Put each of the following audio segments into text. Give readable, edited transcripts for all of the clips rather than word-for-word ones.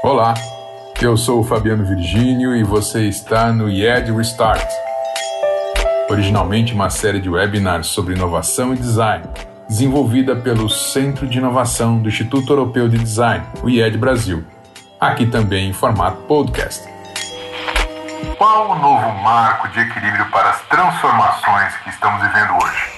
Olá, eu sou o Fabiano Virgínio e você está no IED Restart. Originalmente uma série de webinars sobre inovação e design, desenvolvida pelo Centro de Inovação do Instituto Europeu de Design, o IED Brasil. Aqui também em formato podcast. Qual o novo marco de equilíbrio para as transformações que estamos vivendo hoje?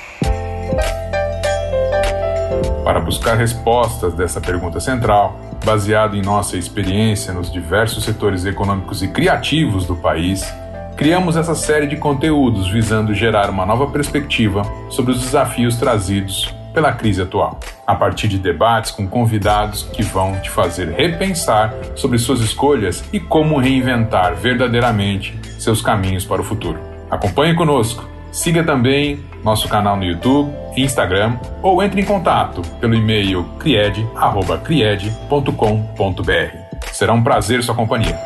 Para buscar respostas dessa pergunta central, baseado em nossa experiência nos diversos setores econômicos e criativos do país, criamos essa série de conteúdos visando gerar uma nova perspectiva sobre os desafios trazidos pela crise atual, a partir de debates com convidados que vão te fazer repensar sobre suas escolhas e como reinventar verdadeiramente seus caminhos para o futuro. Acompanhe conosco, siga também nosso canal no YouTube, Instagram ou entre em contato pelo e-mail cried@cried.com.br. Será um prazer sua companhia.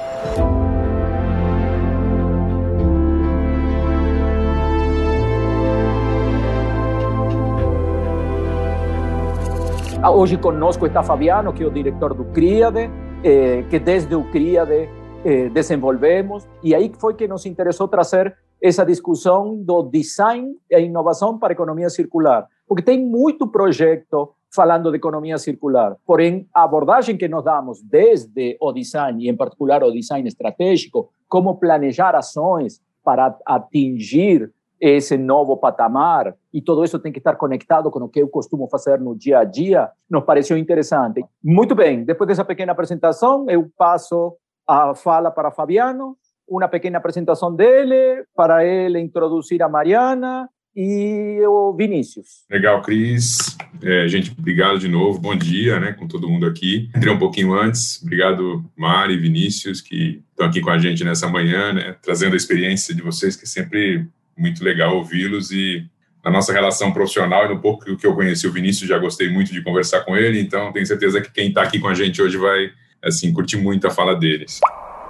Hoje conosco está Fabiano, que é o diretor do CRIAD, que desde o CRIAD desenvolvemos, e aí foi que nos interessou trazer essa discussão do design e inovação para a economia circular, porque tem muito projeto falando de economia circular, porém a abordagem que nós damos desde o design, e em particular o design estratégico, como planejar ações para atingir esse novo patamar, e tudo isso tem que estar conectado com o que eu costumo fazer no dia a dia, nos pareceu interessante. Muito bem, depois dessa pequena apresentação, eu passo a fala para Fabiano, uma pequena apresentação dele, para ele introduzir a Mariana e o Vinícius. Legal, Cris. Gente, obrigado de novo. Bom dia, com todo mundo aqui. Entrei um pouquinho antes. Obrigado, Mari e Vinícius, que estão aqui com a gente nessa manhã, trazendo a experiência de vocês, que é sempre muito legal ouvi-los. E na nossa relação profissional, e no pouco que eu conheci o Vinícius, já gostei muito de conversar com ele. Então, tenho certeza que quem está aqui com a gente hoje vai curtir muito a fala deles.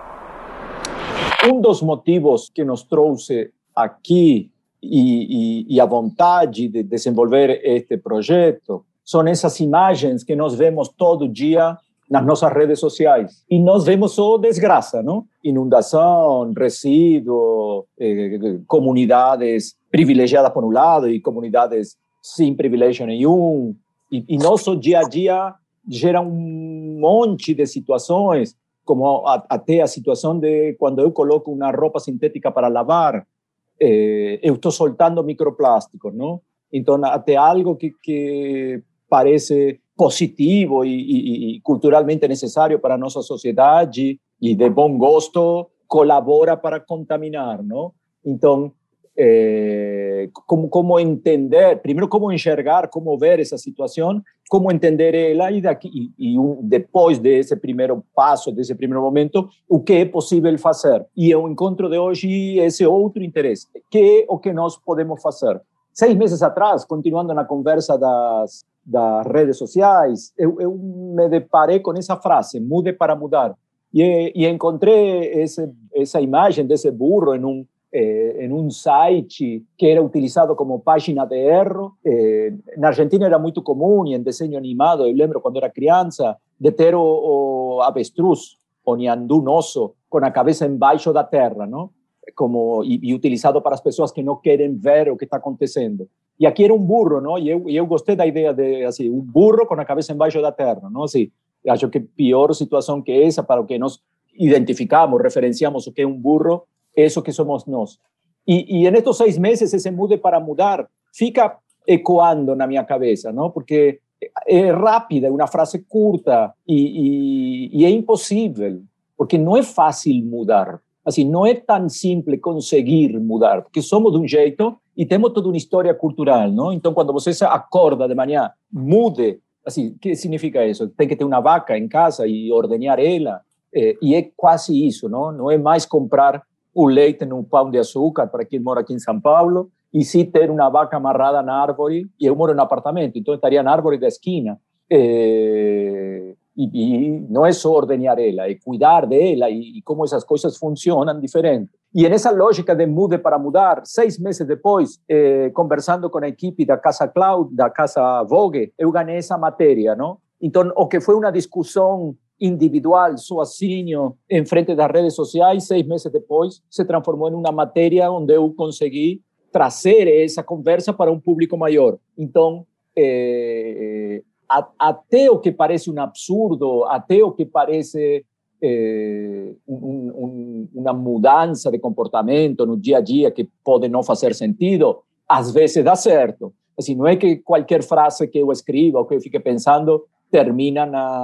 Um dos motivos que nos trouxe aqui e a vontade de desenvolver este projeto são essas imagens que nós vemos todo dia nas nossas redes sociais. E nós vemos só desgraça, não? Inundação, resíduo, comunidades privilegiadas por um lado e comunidades sem privilégio nenhum. E nosso dia a dia gera um monte de situações, como até a situação de quando eu coloco uma roupa sintética para lavar, eu estou soltando microplásticos, não? Então, até algo que parece positivo e culturalmente necessário para a nossa sociedade e de bom gosto, colabora para contaminar, não? Então, como entender, primeiro como enxergar, como ver essa situação, como entender ela depois desse primeiro passo, desse primeiro momento, o que é possível fazer. E o encontro de hoje é esse outro interesse, que é o que nós podemos fazer. 6 meses atrás, continuando na conversa das redes sociais, eu me deparei com essa frase, mude para mudar. E encontrei essa imagem desse burro em um site que era utilizado como página de erro. Na Argentina era muito comum, e em desenho animado, eu lembro quando era criança, de ter o avestruz, o niandu nosso, com a cabeça embaixo da terra, não? E utilizado para as pessoas que não querem ver o que está acontecendo. E aqui era um burro, não? E eu gostei da ideia de um burro com a cabeça embaixo da terra, não? Assim, acho que pior situação que essa, para o que nós identificamos, referenciamos o que é um burro, isso que somos nós. E em estes 6 meses, esse mude para mudar fica ecoando na minha cabeça, não? Porque é rápida, é uma frase curta e é impossível, porque não é fácil mudar. Assim, não é tão simples conseguir mudar, porque somos de um jeito e temos toda uma história cultural, não? Então, quando você se acorda de manhã, mude. Assim, o que significa isso? Tem que ter uma vaca em casa e ordenhar ela. E é quase isso, não? Não é mais comprar o leite no pão de açúcar para quem mora aqui em São Paulo, e sim ter uma vaca amarrada na árvore, e eu moro em apartamento, então estaria na árvore da esquina. E não é só ordenhar ela, é cuidar dela e como essas coisas funcionam diferente. E nessa lógica de mude para mudar, 6 meses depois, conversando com a equipe da Casa Cloud, da Casa Vogue, eu ganhei essa matéria, não? Então, o que foi uma discussão individual, sozinho, em frente das redes sociais. 6 meses depois, se transformou em uma matéria onde eu consegui trazer essa conversa para um público maior. Então, até o que parece um absurdo, até o que parece uma mudança de comportamento no dia a dia que pode não fazer sentido, às vezes dá certo. Assim, não é que qualquer frase que eu escreva ou que eu fique pensando termina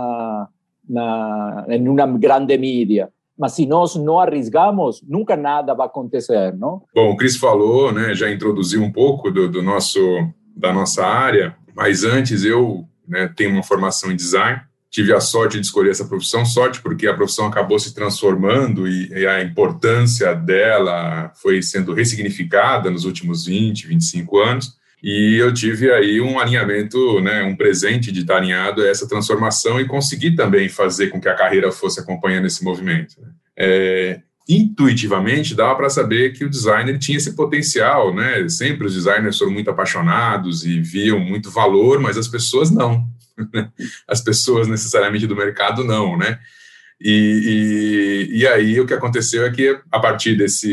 em uma grande mídia. Mas se nós não arriscamos, nunca nada vai acontecer, não? Bom, o Cris falou, né, já introduziu um pouco da nossa área, mas antes eu tenho uma formação em design, tive a sorte de escolher essa profissão, sorte porque a profissão acabou se transformando e a importância dela foi sendo ressignificada nos últimos 20, 25 anos, e eu tive aí um alinhamento, um presente de estar alinhado a essa transformação e conseguir também fazer com que a carreira fosse acompanhando esse movimento. Intuitivamente, dava para saber que o designer tinha esse potencial, Sempre os designers foram muito apaixonados e viam muito valor, mas as pessoas não. As pessoas necessariamente do mercado não, E aí o que aconteceu é que a partir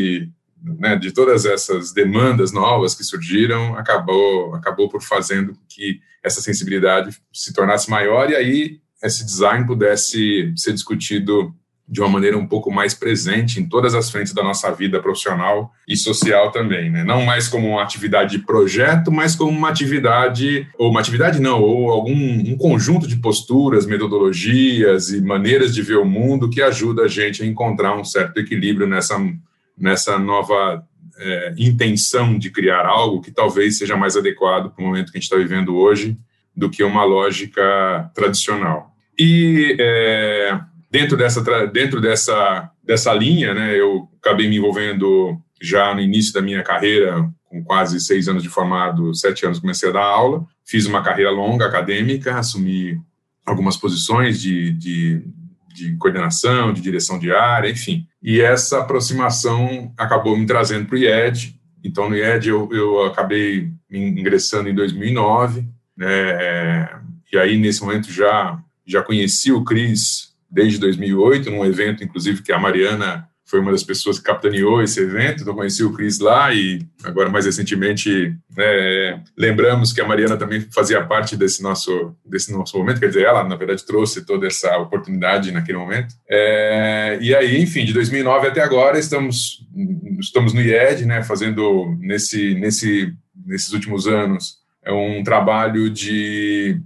de todas essas demandas novas que surgiram, acabou por fazendo que essa sensibilidade se tornasse maior e aí esse design pudesse ser discutido de uma maneira um pouco mais presente em todas as frentes da nossa vida profissional e social também, Não mais como uma atividade de projeto, mas como uma atividade ou um conjunto de posturas, metodologias e maneiras de ver o mundo que ajuda a gente a encontrar um certo equilíbrio nessa nova intenção de criar algo que talvez seja mais adequado para o momento que a gente está vivendo hoje do que uma lógica tradicional. E dentro dessa linha, eu acabei me envolvendo já no início da minha carreira, com quase 6 anos de formado, 7 anos comecei a dar aula, fiz uma carreira longa acadêmica, assumi algumas posições de coordenação, de direção de área, enfim. E essa aproximação acabou me trazendo para o IED. Então, no IED eu acabei ingressando em 2009, e aí, nesse momento, já conheci o Cris desde 2008, num evento, inclusive, que a Mariana foi uma das pessoas que capitaneou esse evento. Então, conheci o Cris lá e agora, mais recentemente, lembramos que a Mariana também fazia parte desse nosso momento, quer dizer, ela, na verdade, trouxe toda essa oportunidade naquele momento. E aí, enfim, de 2009 até agora, estamos no IED, fazendo, nesses últimos anos, um trabalho de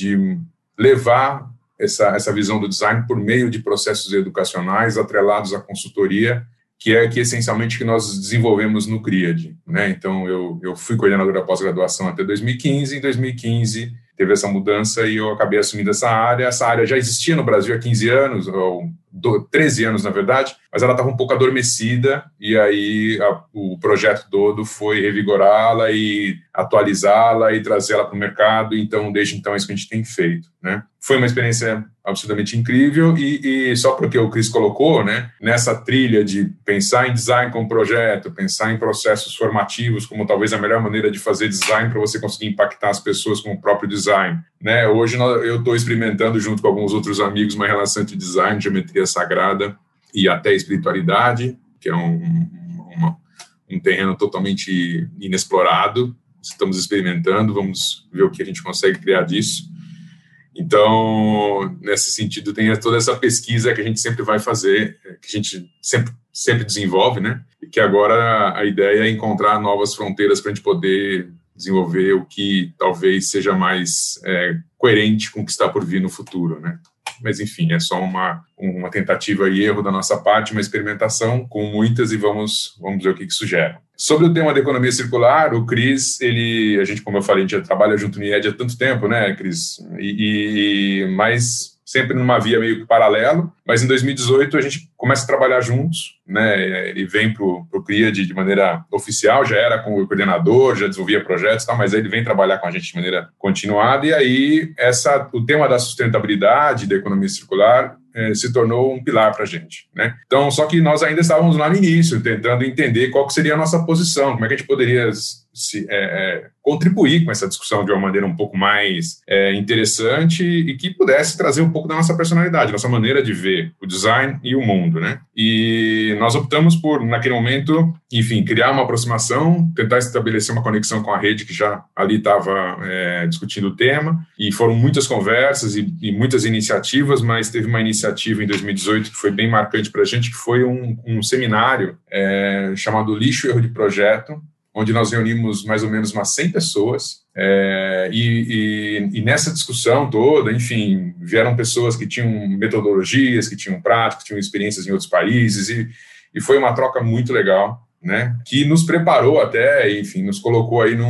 levar essa visão do design por meio de processos educacionais atrelados à consultoria, que é essencialmente que nós desenvolvemos no CRIAD. Então, eu fui coordenador da pós-graduação até 2015, em 2015 teve essa mudança e eu acabei assumindo essa área. Essa área já existia no Brasil há 15 anos, ou 13 anos, na verdade, mas ela estava um pouco adormecida e aí o projeto todo foi revigorá-la e atualizá-la e trazê-la para o mercado. Então, desde então, é isso que a gente tem feito. Foi uma experiência absolutamente incrível e só porque o Cris colocou, nessa trilha de pensar em design como projeto, pensar em processos formativos como talvez a melhor maneira de fazer design para você conseguir impactar as pessoas com o próprio design. Hoje eu estou experimentando junto com alguns outros amigos uma relação entre design, geometria sagrada e até espiritualidade, que é um terreno totalmente inexplorado. Estamos experimentando, vamos ver o que a gente consegue criar disso. Então, nesse sentido, tem toda essa pesquisa que a gente sempre vai fazer, que a gente sempre desenvolve, e que agora a ideia é encontrar novas fronteiras para a gente poder desenvolver o que talvez seja mais coerente com o que está por vir no futuro, Mas, enfim, é só uma tentativa e erro da nossa parte, uma experimentação com muitas e vamos ver o que isso gera. Sobre o tema da economia circular, o Cris, a gente, como eu falei, a gente já trabalha junto no IED há tanto tempo, Cris? Mas sempre numa via meio que paralelo, mas em 2018 a gente começa a trabalhar juntos, Ele vem para o CRIAD de maneira oficial, já era com o coordenador, já desenvolvia projetos, mas ele vem trabalhar com a gente de maneira continuada, e aí o tema da sustentabilidade, da economia circular, se tornou um pilar para a gente, Então, só que nós ainda estávamos lá no início, tentando entender qual que seria a nossa posição, como é que a gente poderia contribuir com essa discussão de uma maneira um pouco mais interessante e que pudesse trazer um pouco da nossa personalidade, nossa maneira de ver o design e o mundo, né? E nós optamos por, naquele momento, enfim, criar uma aproximação, tentar estabelecer uma conexão com a rede que já ali estava discutindo o tema, e foram muitas conversas e muitas iniciativas, mas teve uma iniciativa em 2018 que foi bem marcante para a gente, que foi um seminário chamado Lixo e Erro de Projeto, onde nós reunimos mais ou menos umas 100 pessoas, e nessa discussão toda, enfim, vieram pessoas que tinham metodologias, que tinham práticas, que tinham experiências em outros países, e foi uma troca muito legal, né, que nos preparou até, enfim, nos colocou aí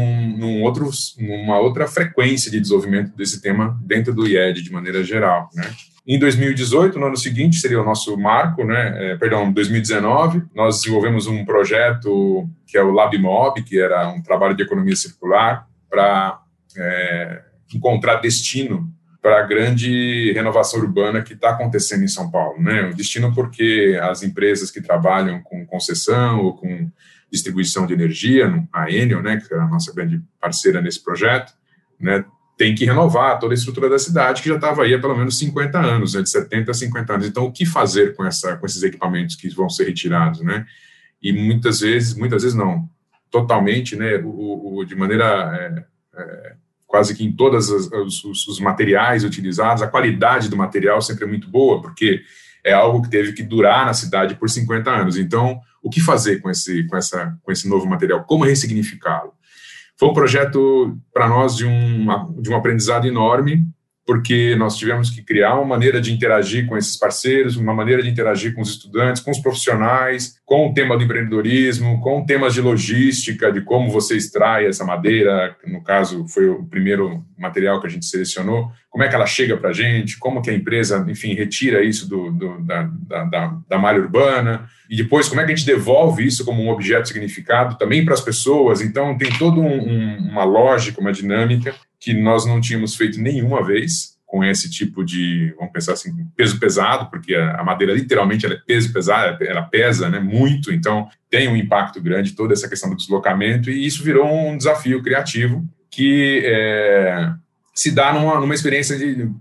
numa outra frequência de desenvolvimento desse tema dentro do IED, de maneira geral, né. Em 2018, no ano seguinte, seria o nosso marco, né? 2019, nós desenvolvemos um projeto que é o LabMob, que era um trabalho de economia circular para encontrar destino para a grande renovação urbana que está acontecendo em São Paulo, né? O destino porque as empresas que trabalham com concessão ou com distribuição de energia, a Enel, né, que é a nossa grande parceira nesse projeto, né, tem que renovar toda a estrutura da cidade, que já estava aí há pelo menos 50 anos, né, de 70 a 50 anos. Então, o que fazer com esses equipamentos que vão ser retirados, né? E muitas vezes não, totalmente, né, de maneira quase que em todos os materiais utilizados, a qualidade do material sempre é muito boa, porque é algo que teve que durar na cidade por 50 anos. Então, o que fazer com esse novo material? Como ressignificá-lo? Foi um projeto, para nós, de um aprendizado enorme, porque nós tivemos que criar uma maneira de interagir com esses parceiros, uma maneira de interagir com os estudantes, com os profissionais, com o tema do empreendedorismo, com temas de logística, de como você extrai essa madeira, que no caso foi o primeiro material que a gente selecionou, como é que ela chega para a gente, como que a empresa, enfim, retira isso da malha urbana, e depois como é que a gente devolve isso como um objeto significado também para as pessoas. Então tem toda uma lógica, uma dinâmica que nós não tínhamos feito nenhuma vez com esse tipo de, vamos pensar assim, peso pesado, porque a madeira literalmente ela é peso pesado, ela pesa, né, muito, então tem um impacto grande toda essa questão do deslocamento, e isso virou um desafio criativo que se dá numa experiência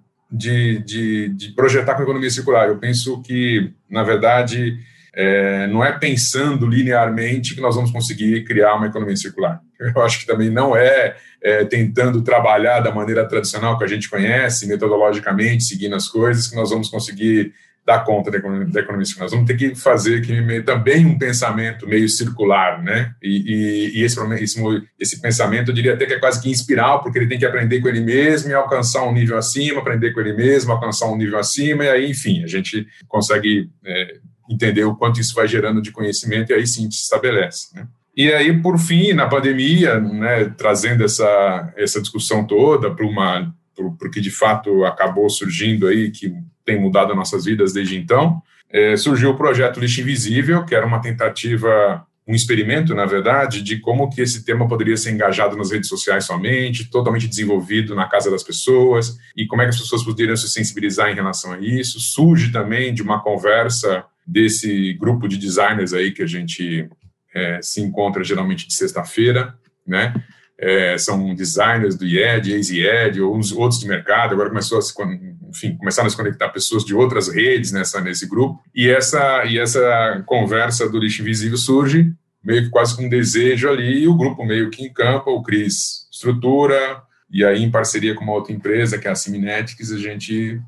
de projetar com a economia circular. Eu penso que, na verdade, não é pensando linearmente que nós vamos conseguir criar uma economia circular. Eu acho que também não tentando trabalhar da maneira tradicional que a gente conhece, metodologicamente, seguindo as coisas, que nós vamos conseguir dar conta da economia circular. Nós vamos ter que fazer também um pensamento meio circular, né? E esse pensamento, eu diria até que é quase que inspiral, porque ele tem que aprender com ele mesmo e alcançar um nível acima, aprender com ele mesmo, alcançar um nível acima, e aí, enfim, a gente consegue entender o quanto isso vai gerando de conhecimento, e aí sim se estabelece, né? E aí, por fim, na pandemia, né, trazendo essa discussão toda para o que de fato acabou surgindo aí, que tem mudado as nossas vidas desde então, surgiu o projeto Lixo Invisível, que era uma tentativa, um experimento, na verdade, de como que esse tema poderia ser engajado nas redes sociais somente, totalmente desenvolvido na casa das pessoas, e como é que as pessoas poderiam se sensibilizar em relação a isso. Surge também de uma conversa desse grupo de designers aí que a gente se encontra geralmente de sexta-feira, né? São designers do IED, ex-IED, ou uns outros de mercado. Agora começaram a se conectar pessoas de outras redes nesse grupo, e essa conversa do Lixo Invisível surge meio que quase com um desejo ali, e o grupo meio que encampa, o Cris estrutura, e aí em parceria com uma outra empresa, que é a Siminetics, a gente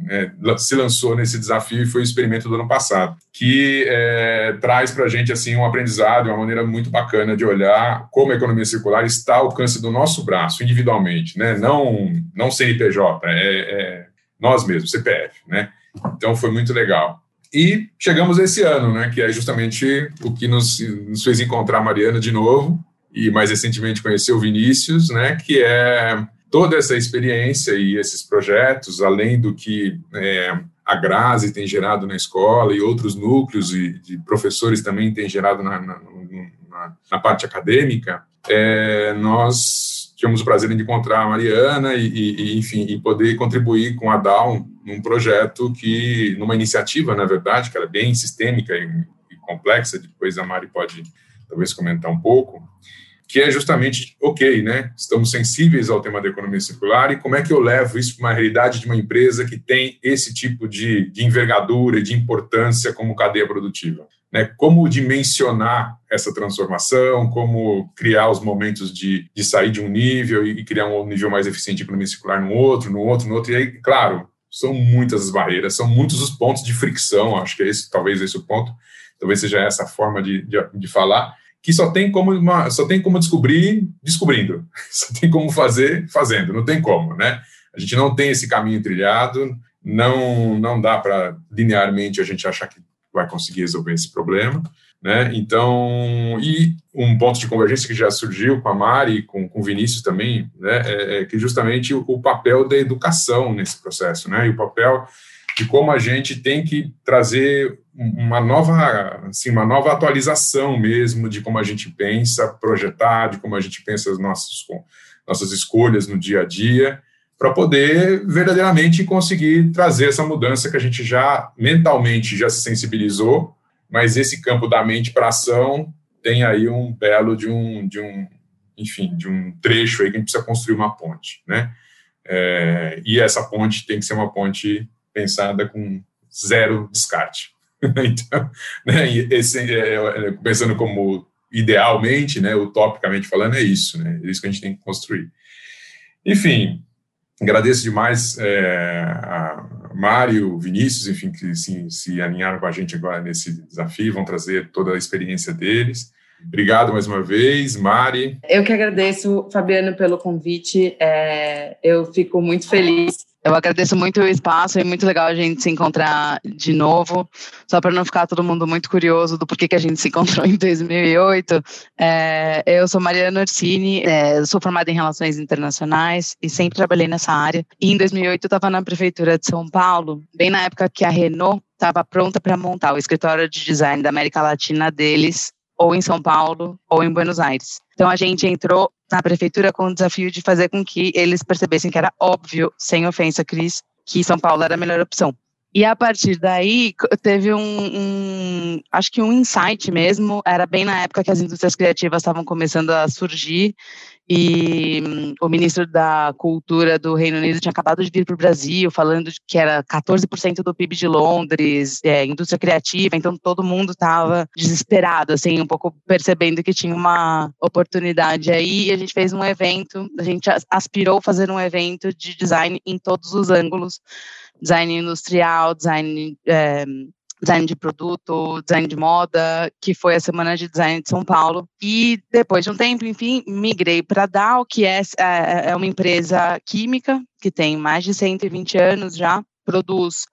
se lançou nesse desafio, e foi o experimento do ano passado, que traz para a gente assim, um aprendizado, uma maneira muito bacana de olhar como a economia circular está ao alcance do nosso braço, individualmente, né? Não CNPJ, nós mesmos, CPF, né? Então foi muito legal. E chegamos a esse ano, né, que é justamente o que nos fez encontrar a Mariana de novo, e mais recentemente conhecer o Vinícius, né, que é toda essa experiência e esses projetos, além do que a Grazi tem gerado na escola e outros núcleos de professores também têm gerado na parte acadêmica, nós tivemos o prazer de encontrar a Mariana e poder contribuir com a Down num projeto numa iniciativa, na verdade, que era bem sistêmica e complexa, depois a Mari pode talvez comentar um pouco, que é justamente, ok, né? Estamos sensíveis ao tema da economia circular e como é que eu levo isso para uma realidade de uma empresa que tem esse tipo de envergadura e de importância como cadeia produtiva, né? Como dimensionar essa transformação, como criar os momentos de sair de um nível e criar um nível mais eficiente de economia circular no outro, e aí, claro, são muitas as barreiras, são muitos os pontos de fricção, acho que é esse, talvez esse o ponto, talvez seja essa a forma de falar, que só tem como descobrir descobrindo, só tem como fazer fazendo, não tem como, né? A gente não tem esse caminho trilhado, não dá para linearmente a gente achar que vai conseguir resolver esse problema, né? Então, e um ponto de convergência que já surgiu com a Mari, com o Vinícius também, né, é que justamente o papel da educação nesse processo, né? E o papel de como a gente tem que trazer uma nova atualização mesmo de como a gente pensa, projetar, de como a gente pensa as nossas escolhas no dia a dia, para poder verdadeiramente conseguir trazer essa mudança que a gente já mentalmente já se sensibilizou, mas esse campo da mente para ação tem aí um belo de um trecho aí que a gente precisa construir uma ponte, né? E essa ponte tem que ser uma ponte pensada com zero descarte. Então, né, pensando como idealmente, né, utopicamente falando, é isso que a gente tem que construir. Enfim, agradeço demais a Mário, Vinícius, enfim, que se alinharam com a gente agora nesse desafio, vão trazer toda a experiência deles. Obrigado mais uma vez, Mari. Eu que agradeço, Fabiano, pelo convite. Eu fico muito feliz. Eu agradeço muito o espaço, é muito legal a gente se encontrar de novo, só para não ficar todo mundo muito curioso do porquê que a gente se encontrou em 2008. Eu sou Mariana Orsini, sou formada em Relações Internacionais e sempre trabalhei nessa área. E em 2008 eu estava na Prefeitura de São Paulo, bem na época que a Renault estava pronta para montar o escritório de design da América Latina deles, ou em São Paulo, ou em Buenos Aires. Então, a gente entrou na prefeitura com o desafio de fazer com que eles percebessem que era óbvio, sem ofensa, Cris, que São Paulo era a melhor opção. E a partir daí, teve acho que um insight mesmo, era bem na época que as indústrias criativas estavam começando a surgir, e o ministro da Cultura do Reino Unido tinha acabado de vir para o Brasil, falando que era 14% do PIB de Londres, indústria criativa, então todo mundo estava desesperado, assim, um pouco percebendo que tinha uma oportunidade aí, e a gente fez um evento, a gente aspirou a fazer um evento de design em todos os ângulos, design industrial, design de produto, design de moda, que foi a Semana de Design de São Paulo. E depois de um tempo, enfim, migrei para a Dow, que é uma empresa química, que tem mais de 120 anos já, produz...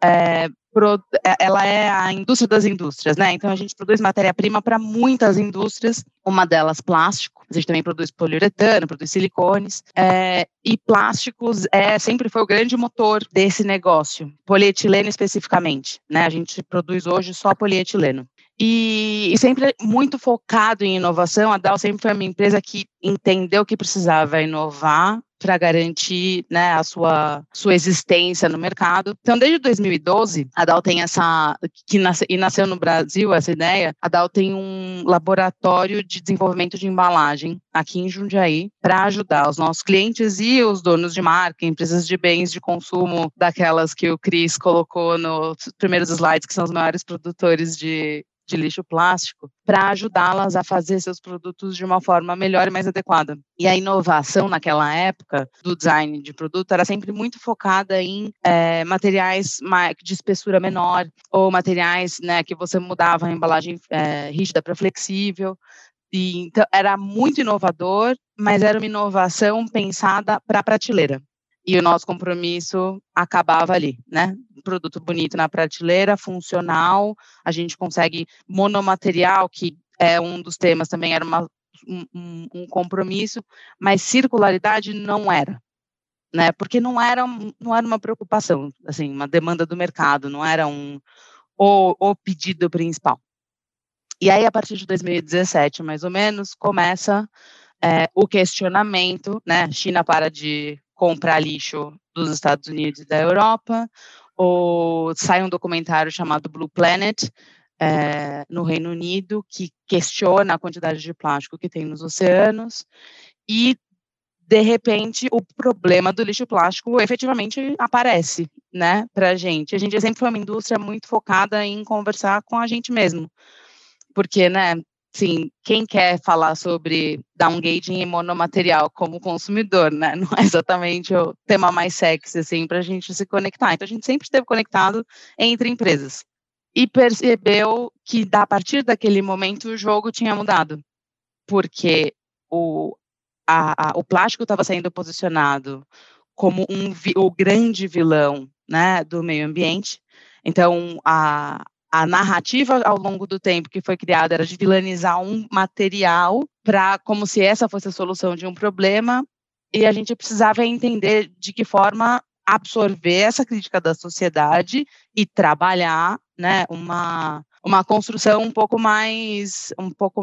ela é a indústria das indústrias, né? Então, a gente produz matéria-prima para muitas indústrias, uma delas plástico, a gente também produz poliuretano, produz silicones, e plásticos sempre foi o grande motor desse negócio, polietileno especificamente, né? A gente produz hoje só polietileno. E sempre muito focado em inovação, a Dow sempre foi uma empresa que entendeu que precisava inovar para garantir, né, a sua existência no mercado. Então, desde 2012, a Dow tem nasceu no Brasil essa ideia, a Dow tem um laboratório de desenvolvimento de embalagem aqui em Jundiaí para ajudar os nossos clientes e os donos de marca, empresas de bens de consumo, daquelas que o Cris colocou nos primeiros slides, que são os maiores produtores de lixo plástico, para ajudá-las a fazer seus produtos de uma forma melhor e mais adequada. E a inovação naquela época do design de produto era sempre muito focada em materiais de espessura menor, ou materiais, né, que você mudava a embalagem rígida para flexível. E, então, era muito inovador, mas era uma inovação pensada para a prateleira. E o nosso compromisso acabava ali, né? Um produto bonito na prateleira, funcional, a gente consegue monomaterial, que é um dos temas também, era um compromisso, mas circularidade não era, né? Porque não era uma preocupação, assim, uma demanda do mercado, não era o pedido principal. E aí, a partir de 2017, mais ou menos, começa o questionamento, né? China para de comprar lixo dos Estados Unidos e da Europa, ou sai um documentário chamado Blue Planet, no Reino Unido, que questiona a quantidade de plástico que tem nos oceanos, e, de repente, o problema do lixo plástico efetivamente aparece, né, para a gente. A gente sempre foi uma indústria muito focada em conversar com a gente mesmo, porque, né, sim, quem quer falar sobre downgauging e monomaterial como consumidor, né, não é exatamente o tema mais sexy, assim, para a gente se conectar. Então, a gente sempre esteve conectado entre empresas. E percebeu que, a partir daquele momento, o jogo tinha mudado, porque o plástico estava sendo posicionado como o grande vilão, né, do meio ambiente. Então, a narrativa ao longo do tempo que foi criada era de vilanizar um material como se essa fosse a solução de um problema, e a gente precisava entender de que forma absorver essa crítica da sociedade e trabalhar, né, uma construção um pouco mais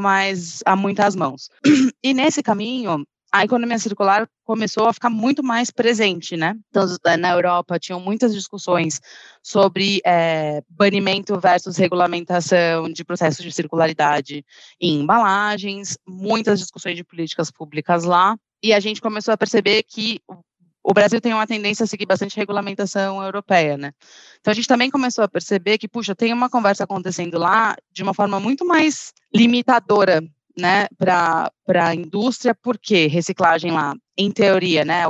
a muitas mãos. E nesse caminho, a economia circular começou a ficar muito mais presente, né? Então, na Europa, tinham muitas discussões sobre banimento versus regulamentação de processos de circularidade em embalagens, muitas discussões de políticas públicas lá, e a gente começou a perceber que o Brasil tem uma tendência a seguir bastante regulamentação europeia, né? Então, a gente também começou a perceber que, puxa, tem uma conversa acontecendo lá de uma forma muito mais limitadora, né, para a indústria, porque reciclagem lá, em teoria, né,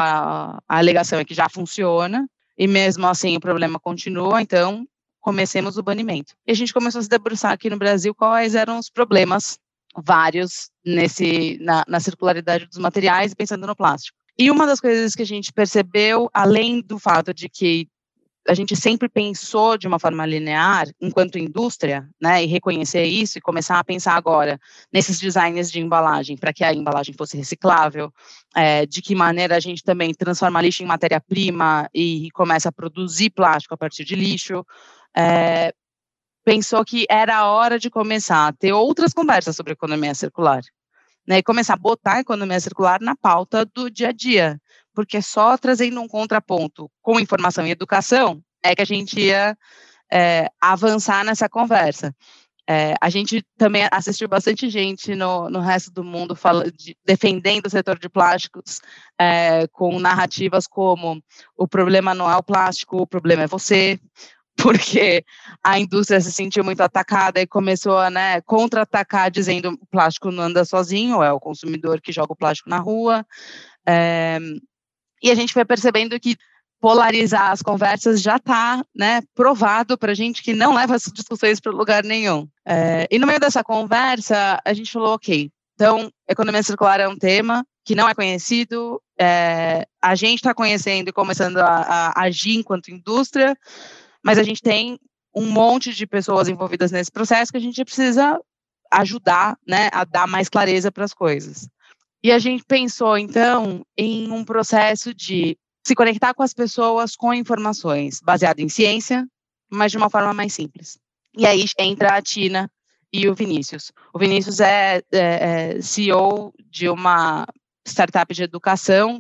a alegação é que já funciona, e mesmo assim o problema continua, então comecemos o banimento. E a gente começou a se debruçar aqui no Brasil quais eram os problemas, vários, na circularidade dos materiais, pensando no plástico. E uma das coisas que a gente percebeu, além do fato de que a gente sempre pensou de uma forma linear, enquanto indústria, né, e reconhecer isso e começar a pensar agora nesses designs de embalagem, para que a embalagem fosse reciclável, de que maneira a gente também transforma lixo em matéria-prima e começa a produzir plástico a partir de lixo, pensou que era a hora de começar a ter outras conversas sobre economia circular, né, e começar a botar a economia circular na pauta do dia a dia, porque só trazendo um contraponto com informação e educação é que a gente ia avançar nessa conversa. A gente também assistiu bastante gente no resto do mundo defendendo o setor de plásticos com narrativas como o problema não é o plástico, o problema é você, porque a indústria se sentiu muito atacada e começou a, né, contra-atacar dizendo que o plástico não anda sozinho, é o consumidor que joga o plástico na rua. E a gente foi percebendo que polarizar as conversas já está, né, provado para a gente que não leva as discussões para lugar nenhum. E no meio dessa conversa, a gente falou, ok, então, economia circular é um tema que não é conhecido, a gente está conhecendo e começando a agir enquanto indústria, mas a gente tem um monte de pessoas envolvidas nesse processo que a gente precisa ajudar, né, a dar mais clareza para as coisas. E a gente pensou, então, em um processo de se conectar com as pessoas com informações baseado em ciência, mas de uma forma mais simples. E aí entra a Tina e o Vinícius. O Vinícius é CEO de uma startup de educação,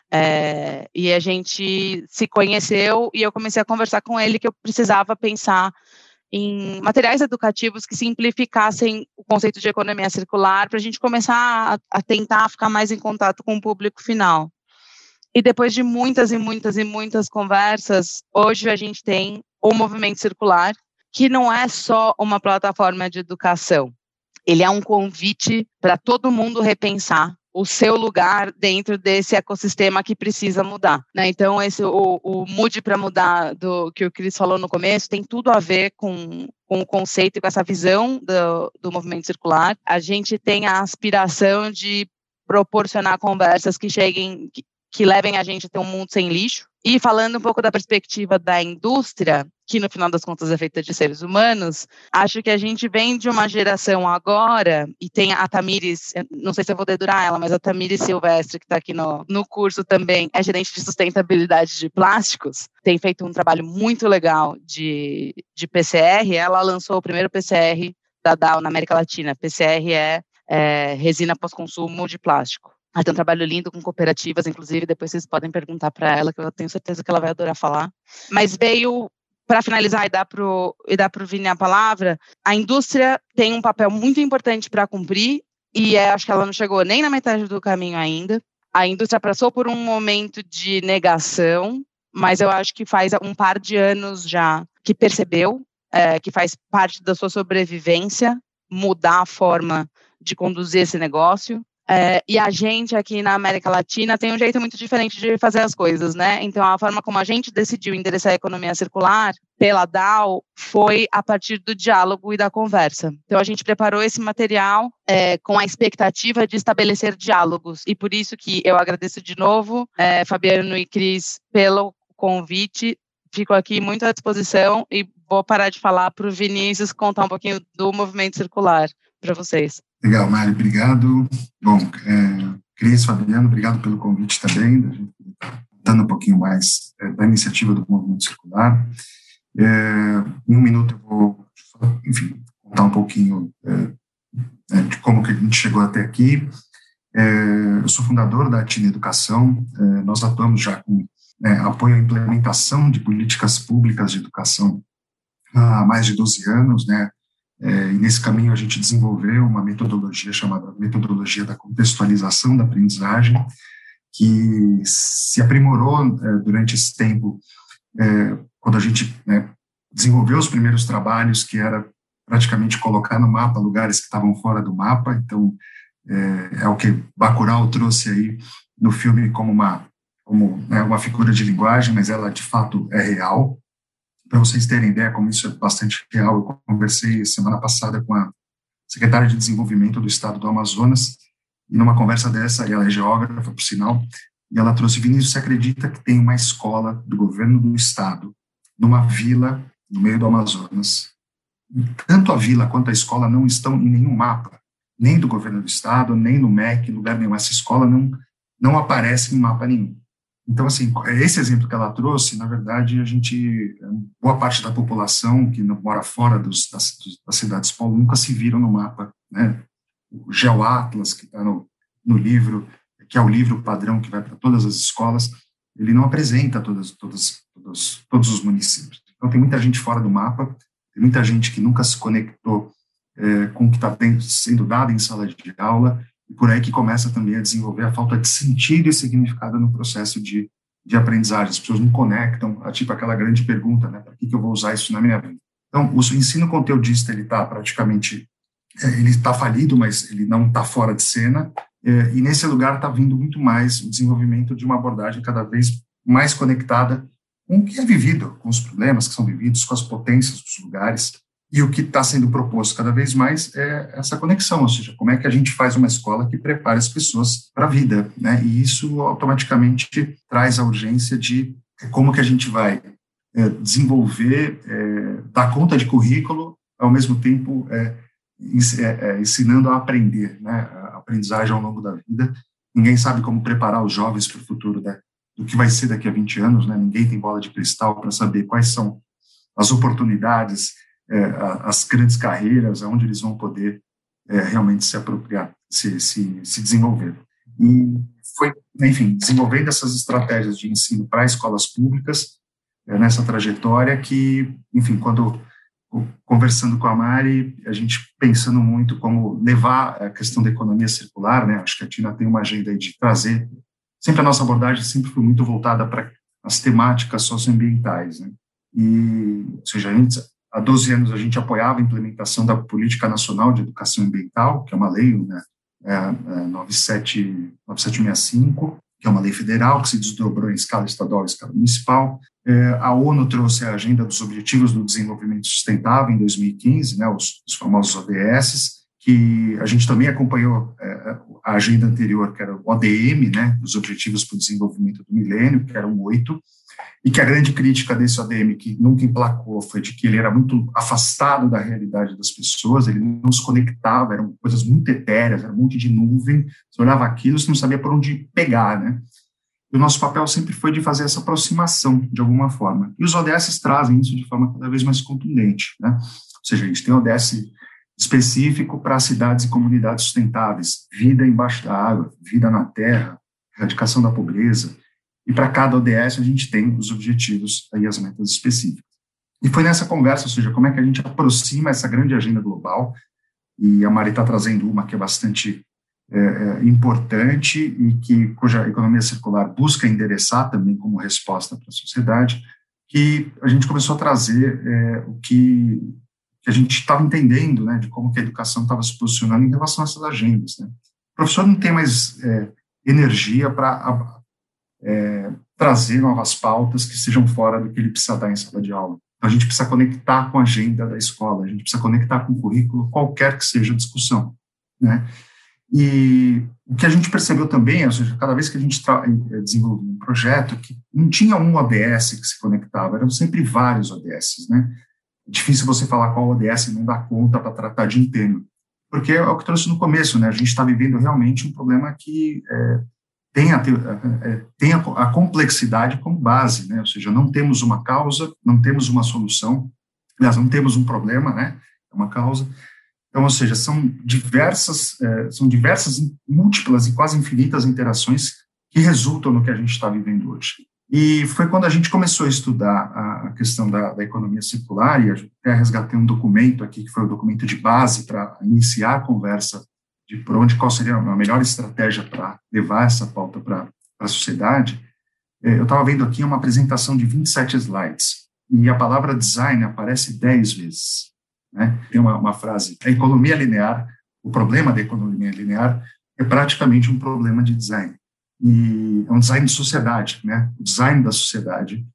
e a gente se conheceu e eu comecei a conversar com ele que eu precisava pensar em materiais educativos que simplificassem o conceito de economia circular para a gente começar a tentar ficar mais em contato com o público final. E depois de muitas e muitas e muitas conversas, hoje a gente tem o Movimento Circular, que não é só uma plataforma de educação, ele é um convite para todo mundo repensar o seu lugar dentro desse ecossistema que precisa mudar, né? Então, o Mude para Mudar, que o Cris falou no começo, tem tudo a ver com o conceito e com essa visão do movimento circular. A gente tem a aspiração de proporcionar conversas que cheguem, que levem a gente a ter um mundo sem lixo. E falando um pouco da perspectiva da indústria, que no final das contas é feita de seres humanos, acho que a gente vem de uma geração agora, e tem a Tamires, não sei se eu vou dedurar ela, mas a Tamires Silvestre, que está aqui no curso também, é gerente de sustentabilidade de plásticos, tem feito um trabalho muito legal de PCR, ela lançou o primeiro PCR da Dow na América Latina. PCR é resina pós-consumo de plástico. Ela tem um trabalho lindo com cooperativas, inclusive, depois vocês podem perguntar para ela, que eu tenho certeza que ela vai adorar falar. Mas veio para finalizar e dar para o Vini a palavra, a indústria tem um papel muito importante para cumprir, e acho que ela não chegou nem na metade do caminho ainda. A indústria passou por um momento de negação, mas eu acho que faz um par de anos já que percebeu que faz parte da sua sobrevivência mudar a forma de conduzir esse negócio. E a gente aqui na América Latina tem um jeito muito diferente de fazer as coisas, né? Então, a forma como a gente decidiu endereçar a economia circular pela DAO foi a partir do diálogo e da conversa. Então, a gente preparou esse material com a expectativa de estabelecer diálogos. E por isso que eu agradeço de novo, Fabiano e Cris, pelo convite. Fico aqui muito à disposição e vou parar de falar para o Vinícius contar um pouquinho do movimento circular para vocês. Legal, Mari, obrigado. Bom, Cris, Fabiano, obrigado pelo convite também, da gente contando um pouquinho mais da iniciativa do Movimento Circular. Em um minuto eu vou, enfim, contar um pouquinho de como que a gente chegou até aqui. Eu sou fundador da Atina Educação, nós atuamos já com apoio à implementação de políticas públicas de educação há mais de 12 anos, né? E nesse caminho a gente desenvolveu uma metodologia chamada metodologia da contextualização da aprendizagem, que se aprimorou durante esse tempo, quando a gente desenvolveu os primeiros trabalhos, que era praticamente colocar no mapa lugares que estavam fora do mapa. Então, é o que Bacurau trouxe aí no filme como uma figura de linguagem, mas ela de fato é real. Para vocês terem ideia como isso é bastante real, eu conversei semana passada com a secretária de Desenvolvimento do Estado do Amazonas, e numa conversa dessa, e ela é geógrafa, por sinal, e ela trouxe: Vinícius, você acredita que tem uma escola do governo do Estado, numa vila no meio do Amazonas? E tanto a vila quanto a escola não estão em nenhum mapa, nem do governo do Estado, nem no MEC, em lugar nenhum. Essa escola não aparece em mapa nenhum. Então, assim, esse exemplo que ela trouxe, na verdade, boa parte da população que mora fora das cidades polo nunca se viram no mapa, né? O GeoAtlas, que está no livro, que é o livro padrão que vai para todas as escolas, ele não apresenta todos os municípios. Então, tem muita gente fora do mapa, tem muita gente que nunca se conectou com o que está sendo dado em sala de aula, e por aí que começa também a desenvolver a falta de sentido e significado no processo de aprendizagem. As pessoas não conectam, tipo aquela grande pergunta, né, para que eu vou usar isso na minha vida? Então, o ensino conteudista, ele está praticamente, ele está falido, mas ele não está fora de cena, e nesse lugar está vindo muito mais o desenvolvimento de uma abordagem cada vez mais conectada com o que é vivido, com os problemas que são vividos, com as potências dos lugares. E o que está sendo proposto cada vez mais é essa conexão, ou seja, como é que a gente faz uma escola que prepare as pessoas para a vida, né? E isso automaticamente traz a urgência de como que a gente vai desenvolver, dar conta de currículo, ao mesmo tempo ensinando a aprender, né? A aprendizagem ao longo da vida. Ninguém sabe como preparar os jovens para o futuro, né? Do que vai ser daqui a 20 anos, né? Ninguém tem bola de cristal para saber quais são as oportunidades, as grandes carreiras, onde eles vão poder realmente se apropriar, se desenvolver. E foi, enfim, desenvolvendo essas estratégias de ensino para escolas públicas, nessa trajetória que, enfim, quando conversando com a Mari, a gente pensando muito como levar a questão da economia circular, né? Acho que a Tina tem uma agenda aí de trazer, sempre a nossa abordagem sempre foi muito voltada para as temáticas socioambientais, né? E, ou seja, há 12 anos a gente apoiava a implementação da Política Nacional de Educação Ambiental, que é uma lei, né, 9765, que é uma lei federal que se desdobrou em escala estadual e escala municipal. A ONU trouxe a Agenda dos Objetivos do Desenvolvimento Sustentável em 2015, né, os famosos ODS, que a gente também acompanhou a agenda anterior, que era o ODM, né, os Objetivos para o Desenvolvimento do Milênio, que eram 8, e que a grande crítica desse ODM, que nunca emplacou, foi de que ele era muito afastado da realidade das pessoas, ele não se conectava, eram coisas muito etéreas, era um monte de nuvem, você olhava aquilo, você não sabia por onde pegar, né? E o nosso papel sempre foi de fazer essa aproximação, de alguma forma. E os ODS trazem isso de forma cada vez mais contundente, né? Ou seja, a gente tem ODS específico para cidades e comunidades sustentáveis, vida embaixo da água, vida na terra, erradicação da pobreza. E para cada ODS a gente tem os objetivos e as metas específicas. E foi nessa conversa, ou seja, como é que a gente aproxima essa grande agenda global, e a Mari está trazendo uma que é bastante importante e cuja economia circular busca endereçar também como resposta para a sociedade, que a gente começou a trazer o que a gente estava entendendo, né, de como que a educação estava se posicionando em relação a essas agendas, né. O professor não tem mais energia para trazer novas pautas que sejam fora do que ele precisa dar em sala de aula. Então, a gente precisa conectar com a agenda da escola, a gente precisa conectar com o currículo, qualquer que seja a discussão, né. E o que a gente percebeu também, ou seja, cada vez que a gente desenvolveu um projeto, que não tinha um ODS que se conectava, eram sempre vários ODS, né. É difícil você falar qual ODS não dá conta para tratar de um tema, porque é o que eu trouxe no começo, né, a gente está vivendo realmente um problema que tem a complexidade como base, né, ou seja, não temos uma causa, não temos uma solução, aliás, não temos um problema, né, é uma causa. Então, ou seja, são diversas, múltiplas e quase infinitas interações que resultam no que a gente está vivendo hoje. E foi quando a gente começou a estudar a questão da economia circular, e até resgatei um documento aqui, que foi o documento de base para iniciar a conversa de qual seria a melhor estratégia para levar essa pauta para a sociedade. Eu estava vendo aqui uma apresentação de 27 slides, e a palavra design aparece 10 vezes. Né? Tem uma frase: a economia linear, o problema da economia linear é praticamente um problema de design. E é um design de sociedade, né? O design da sociedade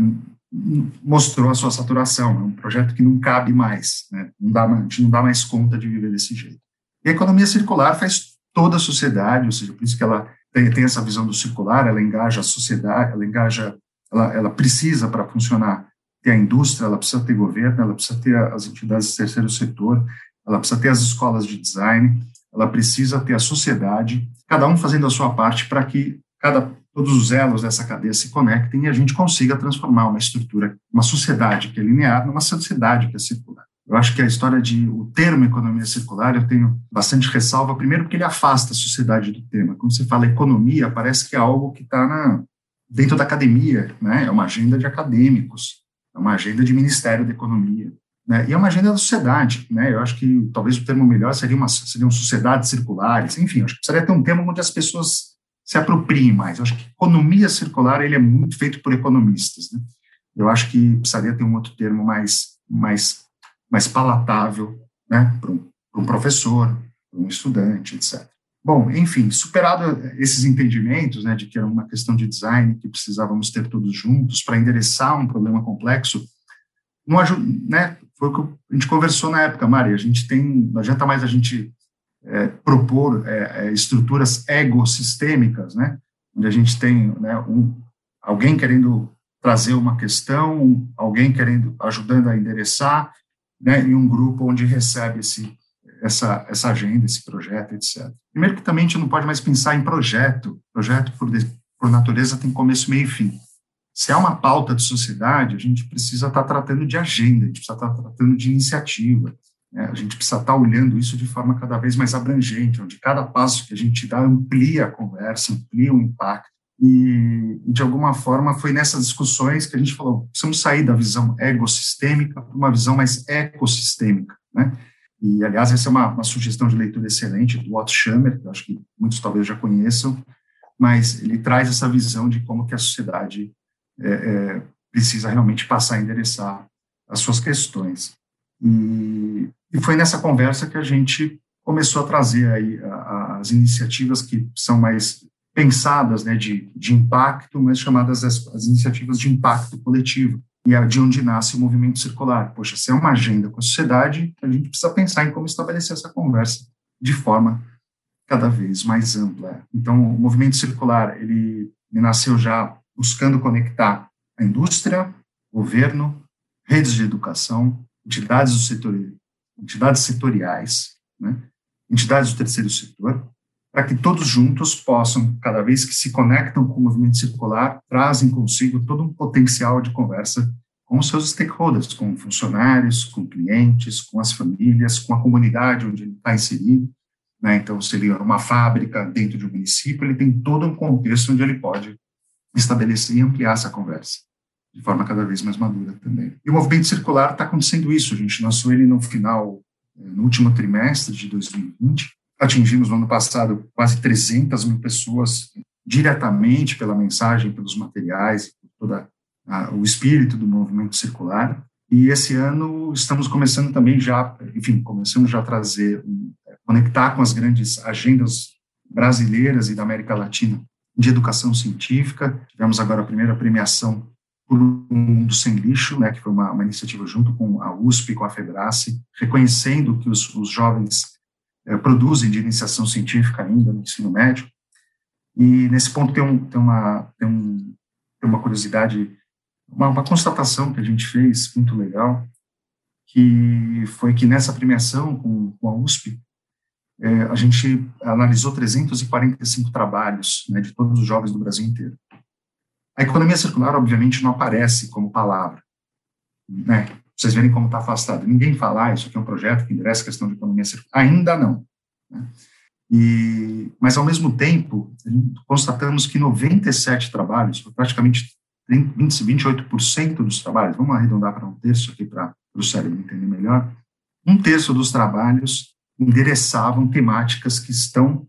mostrou a sua saturação, é um projeto que não cabe mais, né? A gente não dá mais conta de viver desse jeito. E a economia circular faz toda a sociedade, ou seja, por isso que ela tem essa visão do circular, ela engaja a sociedade, ela precisa, para funcionar, ter a indústria, ela precisa ter governo, ela precisa ter as entidades do terceiro setor, ela precisa ter as escolas de design, ela precisa ter a sociedade, cada um fazendo a sua parte para que todos os elos dessa cadeia se conectem e a gente consiga transformar uma estrutura, uma sociedade que é linear, numa sociedade que é circular. Eu acho que o termo economia circular, eu tenho bastante ressalva, primeiro porque ele afasta a sociedade do tema. Quando você fala economia, parece que é algo que está dentro da academia, né? É uma agenda de acadêmicos, é uma agenda de Ministério da Economia, né? E é uma agenda da sociedade, né? Eu acho que talvez o termo melhor seriam sociedades circulares, enfim, acho que precisaria ter um termo onde as pessoas se apropriem mais. Eu acho que economia circular, ele é muito feito por economistas, né? Eu acho que precisaria ter um outro termo mais palatável, né, para um professor, para um estudante, etc. Bom, enfim, superado esses entendimentos, né, de que era uma questão de design, que precisávamos ter todos juntos para endereçar um problema complexo, né, foi o que a gente conversou na época, Mari, não adianta mais a gente propor estruturas ecossistêmicas, né, onde a gente tem, né, alguém querendo trazer uma questão, alguém ajudando a endereçar, né, e um grupo onde recebe essa agenda, esse projeto, etc. Primeiro que também a gente não pode mais pensar em projeto por natureza tem começo, meio e fim. Se é uma pauta de sociedade, a gente precisa estar tratando de agenda, a gente precisa estar tratando de iniciativa, né, a gente precisa estar olhando isso de forma cada vez mais abrangente, onde cada passo que a gente dá amplia a conversa, amplia o impacto. E, de alguma forma, foi nessas discussões que a gente falou, precisamos sair da visão egossistêmica para uma visão mais ecossistêmica, né? E, aliás, essa é uma sugestão de leitura excelente do Otto Schammer, que eu acho que muitos talvez já conheçam, mas ele traz essa visão de como que a sociedade precisa realmente passar a endereçar as suas questões. E foi nessa conversa que a gente começou a trazer aí as iniciativas que são mais pensadas, né, de impacto, mas chamadas as iniciativas de impacto coletivo, e é de onde nasce o movimento circular. Poxa, se é uma agenda com a sociedade, a gente precisa pensar em como estabelecer essa conversa de forma cada vez mais ampla. Então, o movimento circular, ele nasceu já buscando conectar a indústria, governo, redes de educação, entidades setoriais, né, entidades do terceiro setor, para que todos juntos possam, cada vez que se conectam com o movimento circular, trazem consigo todo um potencial de conversa com os seus stakeholders, com funcionários, com clientes, com as famílias, com a comunidade onde ele está inserido, né? Então, se ele é uma fábrica dentro de um município, ele tem todo um contexto onde ele pode estabelecer e ampliar essa conversa. de forma cada vez mais madura também. E o movimento circular está acontecendo isso. A gente lançou ele no último trimestre de 2020. Atingimos no ano passado quase 300 mil pessoas diretamente pela mensagem, pelos materiais, por todo o espírito do movimento circular. E esse ano estamos começando também começamos já a trazer, conectar com as grandes agendas brasileiras e da América Latina de educação científica. Tivemos agora a primeira premiação por um mundo sem lixo, né, que foi uma iniciativa junto com a USP, com a FEBRACE, reconhecendo que os jovens produzem de iniciação científica ainda no ensino médio. E nesse ponto tem uma curiosidade, uma constatação que a gente fez muito legal, que foi que nessa premiação com a USP, a gente analisou 345 trabalhos, né, de todos os jovens do Brasil inteiro. A economia circular, obviamente, não aparece como palavra, né? Vocês verem como está afastado. Ninguém fala, isso aqui é um projeto que endereça a questão de economia circular. Ainda não, né? Mas, ao mesmo tempo, constatamos que 97 trabalhos, praticamente 28% dos trabalhos, vamos arredondar para um terço aqui para o cérebro entender melhor, um terço dos trabalhos endereçavam temáticas que estão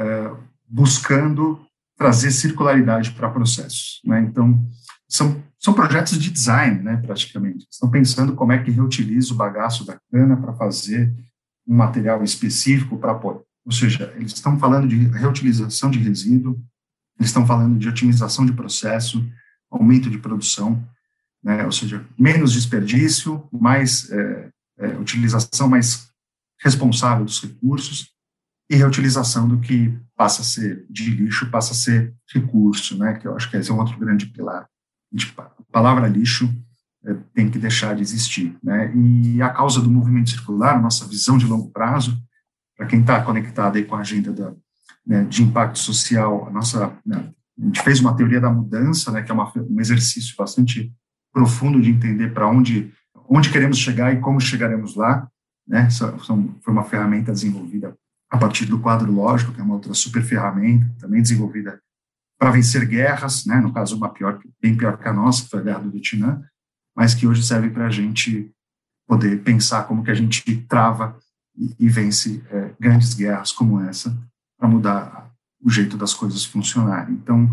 buscando trazer circularidade para processos, né? Então, são projetos de design, né, praticamente. Estão pensando como é que reutiliza o bagaço da cana para fazer um material específico para apoio. Ou seja, eles estão falando de reutilização de resíduo, eles estão falando de otimização de processo, aumento de produção, né? Ou seja, menos desperdício, mais utilização mais responsável dos recursos e reutilização do que passa a ser de lixo, passa a ser recurso, né? Que eu acho que esse é um outro grande pilar. A palavra lixo tem que deixar de existir, né? E a causa do movimento circular, a nossa visão de longo prazo, para quem está conectado aí com a agenda de impacto social, a gente fez uma teoria da mudança, né, que é um exercício bastante profundo de entender para onde queremos chegar e como chegaremos lá, né? Foi uma ferramenta desenvolvida a partir do quadro lógico, que é uma outra super ferramenta, também desenvolvida para vencer guerras, né? No caso, bem pior que a nossa, que foi a Guerra do Vietnã, mas que hoje serve para a gente poder pensar como que a gente trava e vence grandes guerras como essa, para mudar o jeito das coisas funcionarem. Então,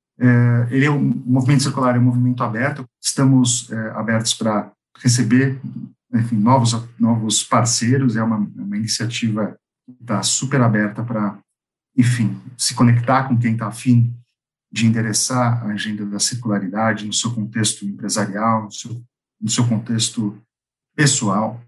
o movimento circular é um movimento aberto, estamos abertos para receber, enfim, novos parceiros, é uma iniciativa que está super aberta para, enfim, se conectar com quem está afim de endereçar a agenda da circularidade no seu contexto empresarial, no seu contexto pessoal.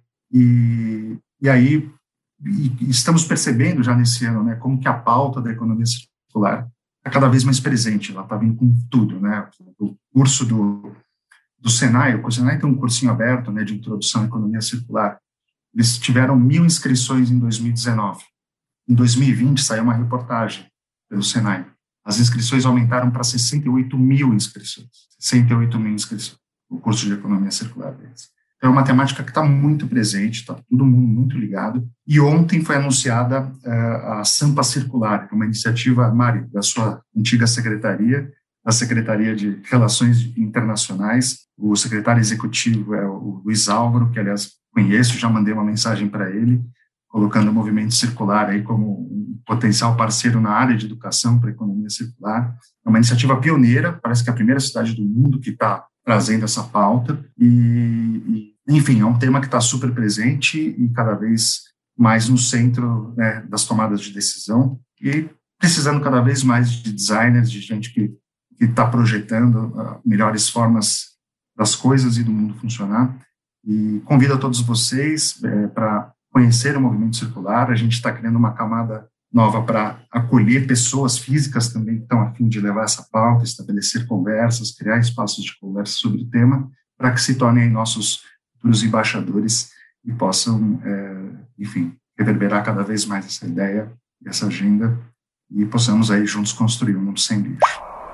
E aí estamos percebendo já nesse ano, né, como que a pauta da economia circular está cada vez mais presente, ela está vindo com tudo, né? O curso do Senai, o Senai tem um cursinho aberto, né, de introdução à economia circular. Eles tiveram 1.000 inscrições em 2019. Em 2020 saiu uma reportagem pelo Senai. As inscrições aumentaram para 68 mil inscrições. 68 mil inscrições, o curso de economia circular deles. É uma temática que está muito presente, está todo mundo muito ligado. E ontem foi anunciada a Sampa Circular, uma iniciativa, Mari, da sua antiga secretaria, da Secretaria de Relações Internacionais. O secretário executivo é o Luiz Álvaro, que, aliás, conheço, já mandei uma mensagem para ele, colocando o movimento circular aí como um potencial parceiro na área de educação para a economia circular. É uma iniciativa pioneira, parece que é a primeira cidade do mundo que está trazendo essa pauta, enfim, é um tema que está super presente e cada vez mais no centro, né, das tomadas de decisão e precisando cada vez mais de designers, de gente que está projetando melhores formas das coisas e do mundo funcionar. E convido a todos vocês para conhecer o movimento circular. A gente está criando uma camada nova para acolher pessoas físicas também que estão a fim de levar essa pauta, estabelecer conversas, criar espaços de conversa sobre o tema, para que se tornem nossos futuros embaixadores e possam, enfim, reverberar cada vez mais essa ideia, essa agenda, e possamos aí juntos construir um mundo sem lixo.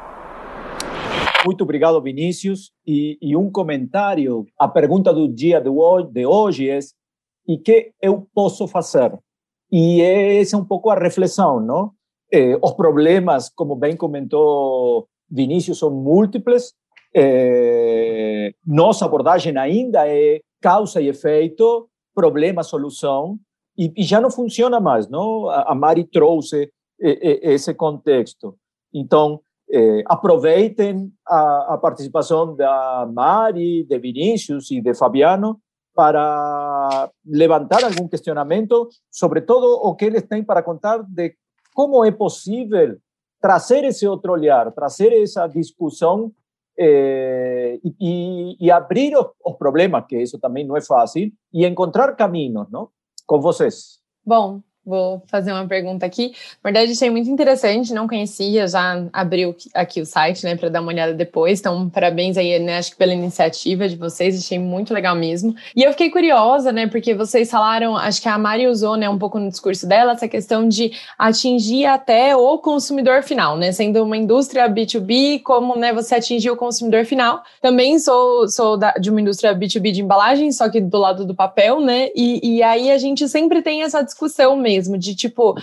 Muito obrigado, Vinícius. E um comentário. A pergunta do dia de hoje é: e que eu posso fazer? E essa é um pouco a reflexão, não? Os problemas, como bem comentou Vinícius, são múltiplos. nossa abordagem ainda é causa e efeito, problema, solução, e já não funciona mais, não? A Mari trouxe esse contexto. Então, aproveitem a participação da Mari, de Vinícius e de Fabiano para levantar algum questionamento sobre todo o que eles têm para contar de como é possível trazer esse outro olhar, trazer essa discussão e abrir os problemas, que isso também não é fácil, e encontrar caminhos, não? Com vocês. Bom, vou fazer uma pergunta aqui. Na verdade, achei muito interessante, não conhecia, já abri aqui o site, né, para dar uma olhada depois. Então, parabéns aí, né, acho que pela iniciativa de vocês, achei muito legal mesmo. E eu fiquei curiosa, né, porque vocês falaram, acho que a Mari usou, né, um pouco no discurso dela, essa questão de atingir até o consumidor final, né, sendo uma indústria B2B, como, né, você atingir o consumidor final. Também sou de uma indústria B2B de embalagem, só que do lado do papel, né, e aí a gente sempre tem essa discussão mesmo, de tipo,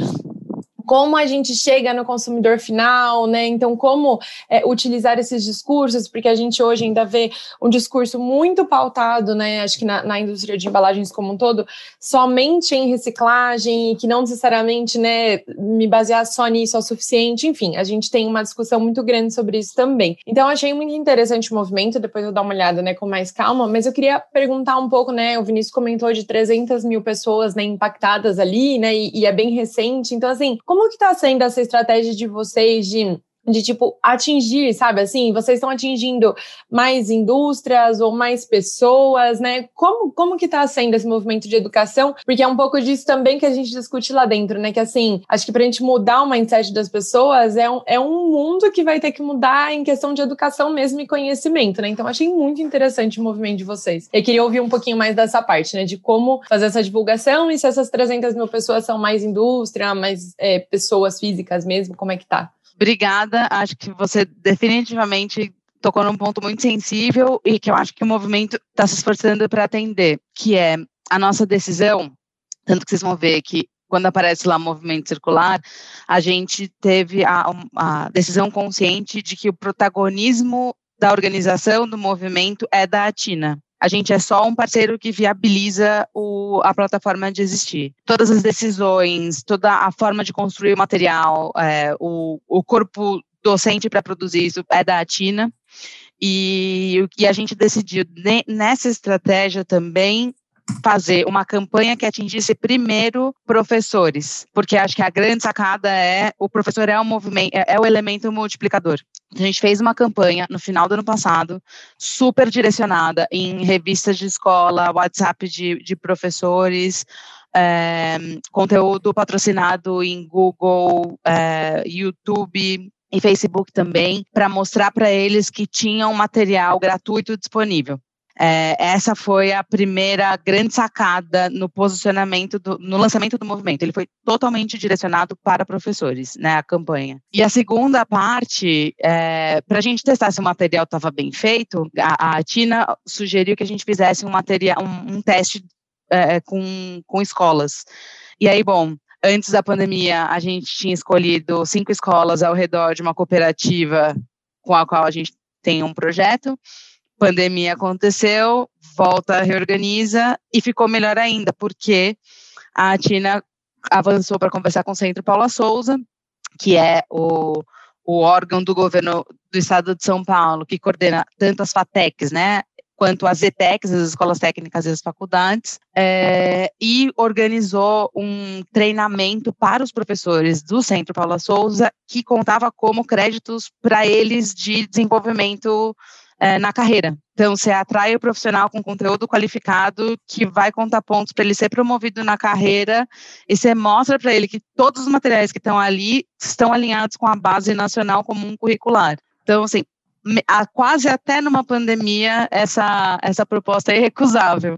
como a gente chega no consumidor final, né? Então, como utilizar esses discursos, porque a gente hoje ainda vê um discurso muito pautado, né? Acho que na indústria de embalagens como um todo, somente em reciclagem, e que não necessariamente, né, me basear só nisso é o suficiente. Enfim, a gente tem uma discussão muito grande sobre isso também. Então, achei muito interessante o movimento, depois eu dar uma olhada, né, com mais calma, mas eu queria perguntar um pouco, né, o Vinícius comentou de 300 mil pessoas, né, impactadas ali, né, e é bem recente. Então, assim, como que está sendo essa estratégia de vocês de tipo, atingir, sabe, assim, vocês estão atingindo mais indústrias ou mais pessoas, né, como que tá sendo esse movimento de educação, porque é um pouco disso também que a gente discute lá dentro, né, que assim, acho que pra gente mudar o mindset das pessoas é um mundo que vai ter que mudar em questão de educação mesmo e conhecimento, né, então achei muito interessante o movimento de vocês. Eu queria ouvir um pouquinho mais dessa parte, né, de como fazer essa divulgação e se essas 300 mil pessoas são mais indústria, mais pessoas físicas mesmo, como é que tá? Obrigada, acho que você definitivamente tocou num ponto muito sensível e que eu acho que o movimento está se esforçando para atender, que é a nossa decisão, tanto que vocês vão ver que quando aparece lá movimento circular, a gente teve a decisão consciente de que o protagonismo da organização do movimento é da Athina. A gente é só um parceiro que viabiliza a plataforma de existir. Todas as decisões, toda a forma de construir o material, o corpo docente para produzir isso é da Athina. E a gente decidiu, nessa estratégia também, fazer uma campanha que atingisse primeiro professores, porque acho que a grande sacada o professor é o movimento, é o elemento multiplicador. A gente fez uma campanha no final do ano passado, super direcionada em revistas de escola, WhatsApp de professores, conteúdo patrocinado em Google, YouTube e Facebook também, para mostrar para eles que tinham material gratuito disponível. Essa foi a primeira grande sacada no posicionamento, no lançamento do movimento. Ele foi totalmente direcionado para professores, né, a campanha. E a segunda parte, para a gente testar se o material estava bem feito, a Athina sugeriu que a gente fizesse um teste com escolas. E aí, bom, antes da pandemia, a gente tinha escolhido 5 escolas ao redor de uma cooperativa com a qual a gente tem um projeto. Pandemia aconteceu, volta, reorganiza e ficou melhor ainda, porque a Athina avançou para conversar com o Centro Paula Souza, que é o órgão do governo do estado de São Paulo, que coordena tanto as FATECs, né, quanto as ETECs, as escolas técnicas e as faculdades, e organizou um treinamento para os professores do Centro Paula Souza, que contava como créditos para eles de desenvolvimento na carreira. Então, você atrai o profissional com conteúdo qualificado que vai contar pontos para ele ser promovido na carreira e você mostra para ele que todos os materiais que estão ali estão alinhados com a base nacional comum curricular. Então, assim, quase até numa pandemia, essa proposta é irrecusável.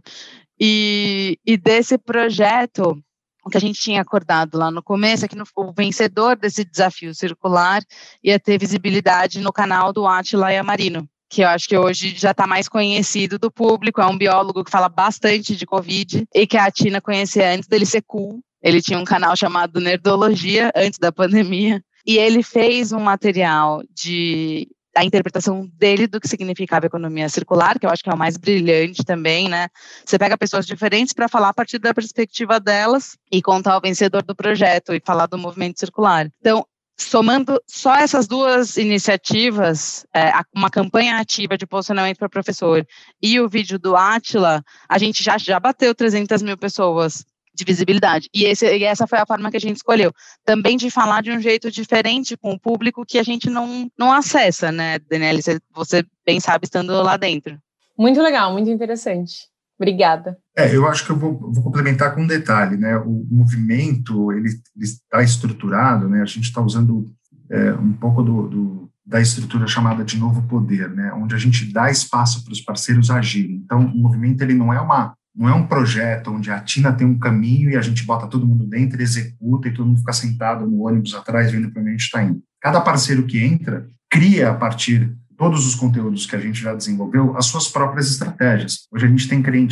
E desse projeto, o que a gente tinha acordado lá no começo é que o vencedor desse desafio circular ia ter visibilidade no canal do Átila Yamarino, que eu acho que hoje já está mais conhecido do público, é um biólogo que fala bastante de Covid, e que a Athina conhecia antes dele ser cool. Ele tinha um canal chamado Nerdologia, antes da pandemia, e ele fez um material de a interpretação dele do que significava economia circular, que eu acho que é o mais brilhante também, né? Você pega pessoas diferentes para falar a partir da perspectiva delas e contar o vencedor do projeto e falar do movimento circular. Então, somando só essas duas iniciativas, uma campanha ativa de posicionamento para professor e o vídeo do Átila, a gente já bateu 300 mil pessoas de visibilidade. E essa foi a forma que a gente escolheu. Também de falar de um jeito diferente com o público que a gente não acessa, né, Daniele? Você bem sabe estando lá dentro. Muito legal, muito interessante. Obrigada. Eu acho que eu vou complementar com um detalhe, né? O movimento, ele está estruturado, né? A gente está usando um pouco da estrutura chamada de novo poder, né? Onde a gente dá espaço para os parceiros agirem. Então, o movimento, ele não é um projeto onde a Tina tem um caminho e a gente bota todo mundo dentro, executa e todo mundo fica sentado no ônibus atrás vendo para onde a gente está indo. Cada parceiro que entra cria a partir de todos os conteúdos que a gente já desenvolveu as suas próprias estratégias. Hoje a gente tem a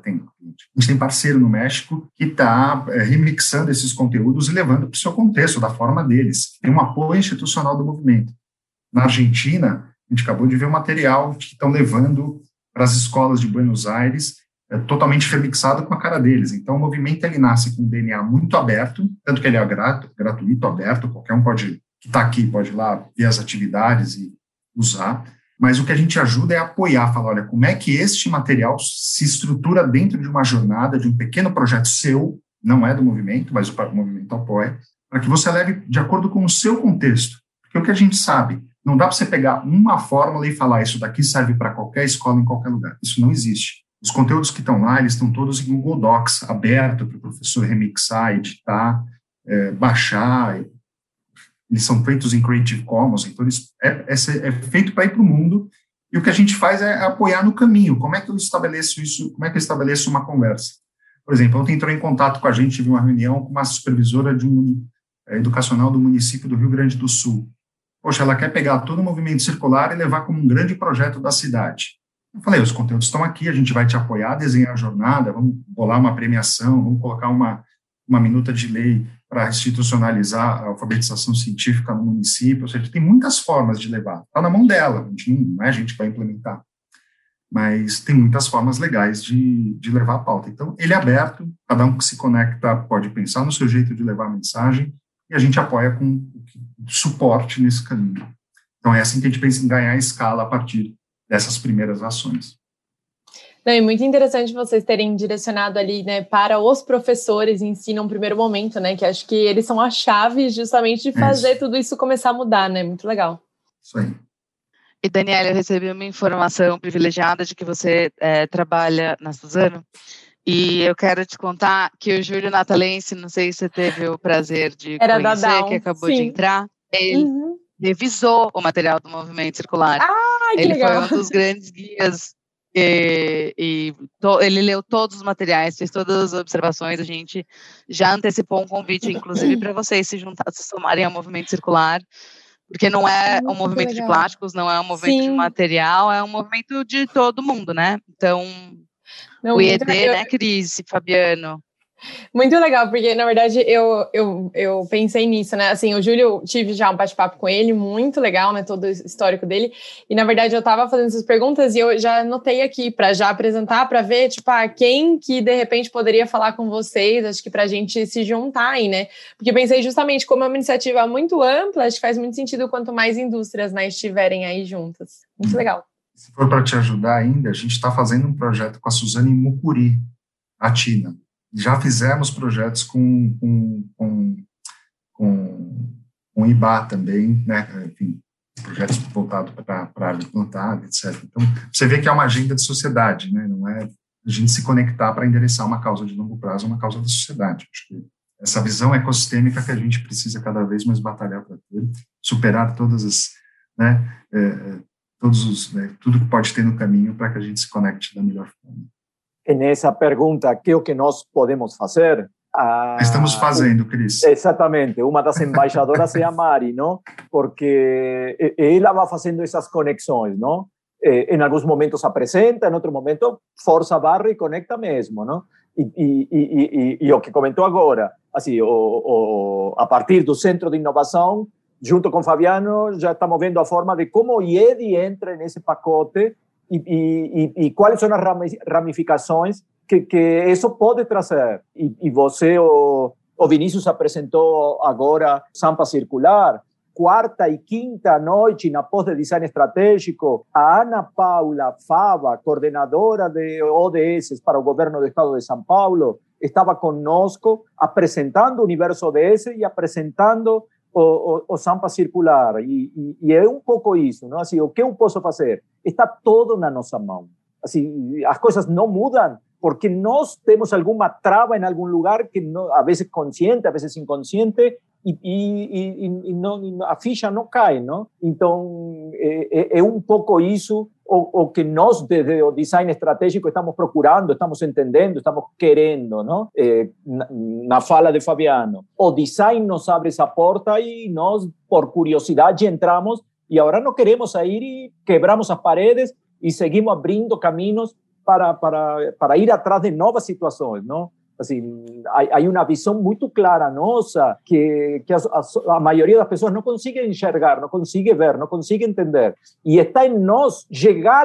gente tem parceiro no México que está remixando esses conteúdos e levando para o seu contexto, da forma deles. Tem um apoio institucional do movimento. Na Argentina, a gente acabou de ver o material que estão levando para as escolas de Buenos Aires, totalmente remixado com a cara deles. Então, o movimento, ele nasce com um DNA muito aberto, tanto que ele é gratuito, aberto, qualquer um que está aqui pode ir lá ver as atividades e usar, mas o que a gente ajuda é apoiar, falar, olha, como é que este material se estrutura dentro de uma jornada, de um pequeno projeto seu, não é do movimento, mas o movimento apoia, para que você leve de acordo com o seu contexto. Porque o que a gente sabe, não dá para você pegar uma fórmula e falar, isso daqui serve para qualquer escola, em qualquer lugar. Isso não existe. Os conteúdos que estão lá, eles estão todos em Google Docs, aberto para o professor remixar, editar, baixar. Eles são feitos em Creative Commons, então é feito para ir para o mundo, e o que a gente faz é apoiar no caminho. Como é que eu estabeleço isso? Como é que eu estabeleço uma conversa? Por exemplo, ontem entrou em contato com a gente, tive uma reunião com uma supervisora educacional do município do Rio Grande do Sul. Poxa, ela quer pegar todo o movimento circular e levar como um grande projeto da cidade. Eu falei, os conteúdos estão aqui, a gente vai te apoiar, desenhar a jornada, vamos bolar uma premiação, vamos colocar uma minuta de lei para institucionalizar a alfabetização científica no município, ou seja, tem muitas formas de levar. Está na mão dela, não é a gente que vai implementar. Mas tem muitas formas legais de levar a pauta. Então, ele é aberto, cada um que se conecta pode pensar no seu jeito de levar a mensagem, e a gente apoia com suporte nesse caminho. Então, é assim que a gente pensa em ganhar escala a partir dessas primeiras ações. Não, é muito interessante vocês terem direcionado ali, né, para os professores em si num primeiro momento, né, que acho que eles são a chave justamente de fazer tudo isso começar a mudar, né, muito legal. Isso aí. E, Daniela, eu recebi uma informação privilegiada de que você trabalha na Suzano, e eu quero te contar que o Júlio Natalense, não sei se você teve o prazer de conhecer, que acabou de entrar, ele revisou o material do Movimento Circular. Ele foi um dos grandes guias, ele leu todos os materiais, fez todas as observações, a gente já antecipou um convite, inclusive, para vocês se somarem ao Movimento Circular, porque não é um movimento de plásticos, não é um movimento de material, é um movimento de todo mundo, né? Então, o IED, né, Cris e Fabiano? Muito legal, porque, na verdade, eu pensei nisso, né, assim, o Júlio, tive já um bate-papo com ele, muito legal, né, todo o histórico dele, e, na verdade, eu estava fazendo essas perguntas e eu já anotei aqui para já apresentar, para ver, tipo, quem que, de repente, poderia falar com vocês, acho que para a gente se juntar aí, né, porque pensei justamente, como é uma iniciativa muito ampla, acho que faz muito sentido quanto mais indústrias, né, estiverem aí juntas. Muito legal. Se for para te ajudar ainda, a gente está fazendo um projeto com a Suzano em Mucuri, a Tina. Já fizemos projetos com o IBA também, né? Enfim, projetos voltados para a árvore plantada, etc. Então, você vê que é uma agenda de sociedade, né? Não é a gente se conectar para endereçar uma causa de longo prazo, uma causa da sociedade. Acho que essa visão ecossistêmica que a gente precisa cada vez mais batalhar para ter, superar todas as, né? Tudo que pode ter no caminho para que a gente se conecte da melhor forma. Nessa pergunta, que é o que nós podemos fazer? Estamos fazendo, Cris. Exatamente. Uma das embaixadoras é a Mari, não? Porque ela vai fazendo essas conexões, não? Em alguns momentos apresenta, em outro momento força a barra e conecta mesmo, não? E o que comentou agora, assim, a partir do Centro de Inovação, junto com o Fabiano, já estamos vendo a forma de como o IED entra nesse pacote e quais são as ramificações que isso pode trazer. E você, o Vinícius apresentou agora Sampa Circular, quarta e quinta noite na pós de design estratégico, a Ana Paula Fava, coordenadora de ODS para o governo do estado de São Paulo, estava conosco apresentando o universo ODS e apresentando o Sampa Circular. E é um pouco isso, não? Assim, o que eu posso fazer? Está todo na nossa mão. Assim, as coisas não mudam porque nós temos alguma trava em algum lugar que não, a vezes consciente, a vezes inconsciente, e não, a ficha não cai, não? Então, é um pouco isso o que nós, desde o design estratégico, estamos procurando, estamos entendendo, estamos querendo, não? Na fala de Fabiano. O design nos abre essa porta e nós, por curiosidade, entramos e agora não queremos sair e quebramos as paredes e seguimos abrindo caminhos para ir atrás de novas situações, não? Assim, há uma visão muito clara nossa que a maioria das pessoas não consegue enxergar, não consegue ver, não consegue entender. E está em nós chegar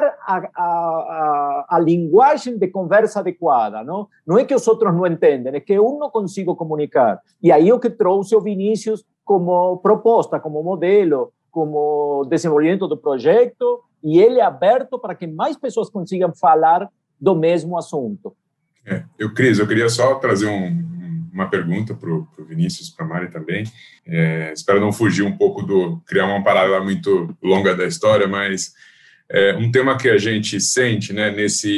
a linguagem de conversa adequada, não? Não é que os outros não entendem, é que eu não consigo comunicar. E aí o que trouxe o Vinícius como proposta, como modelo, como desenvolvimento do projeto, e ele é aberto para que mais pessoas consigam falar do mesmo assunto. Cris, eu queria só trazer uma pergunta para o Vinícius, para a Mari também. Espero não fugir um pouco criar uma paralela muito longa da história, mas um tema que a gente sente, né,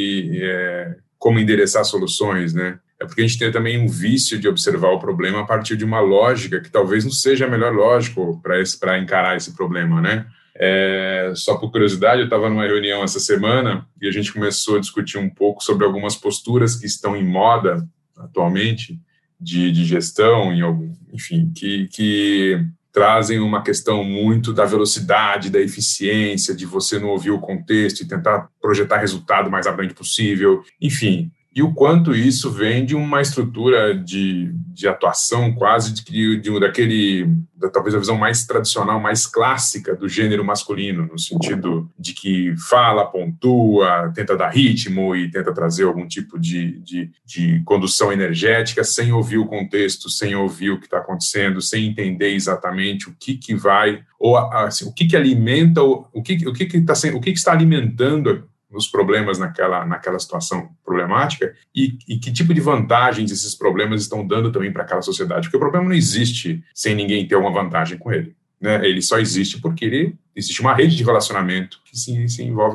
como endereçar soluções, né, é porque a gente tem também um vício de observar o problema a partir de uma lógica que talvez não seja a melhor lógica para encarar esse problema, né? Só por curiosidade, eu estava numa reunião essa semana e a gente começou a discutir um pouco sobre algumas posturas que estão em moda atualmente de gestão, enfim, que trazem uma questão muito da velocidade, da eficiência, de você não ouvir o contexto e tentar projetar resultado o mais abrangente possível, enfim. E o quanto isso vem de uma estrutura de atuação quase talvez a visão mais tradicional, mais clássica do gênero masculino, no sentido de que fala, pontua, tenta dar ritmo e tenta trazer algum tipo de condução energética sem ouvir o contexto, sem ouvir o que está acontecendo, sem entender exatamente o que vai, ou assim, o que alimenta, o que está alimentando os problemas naquela situação problemática e que tipo de vantagens esses problemas estão dando também para aquela sociedade. Porque o problema não existe sem ninguém ter uma vantagem com ele, né? Ele só existe porque existe uma rede de relacionamento que se envolve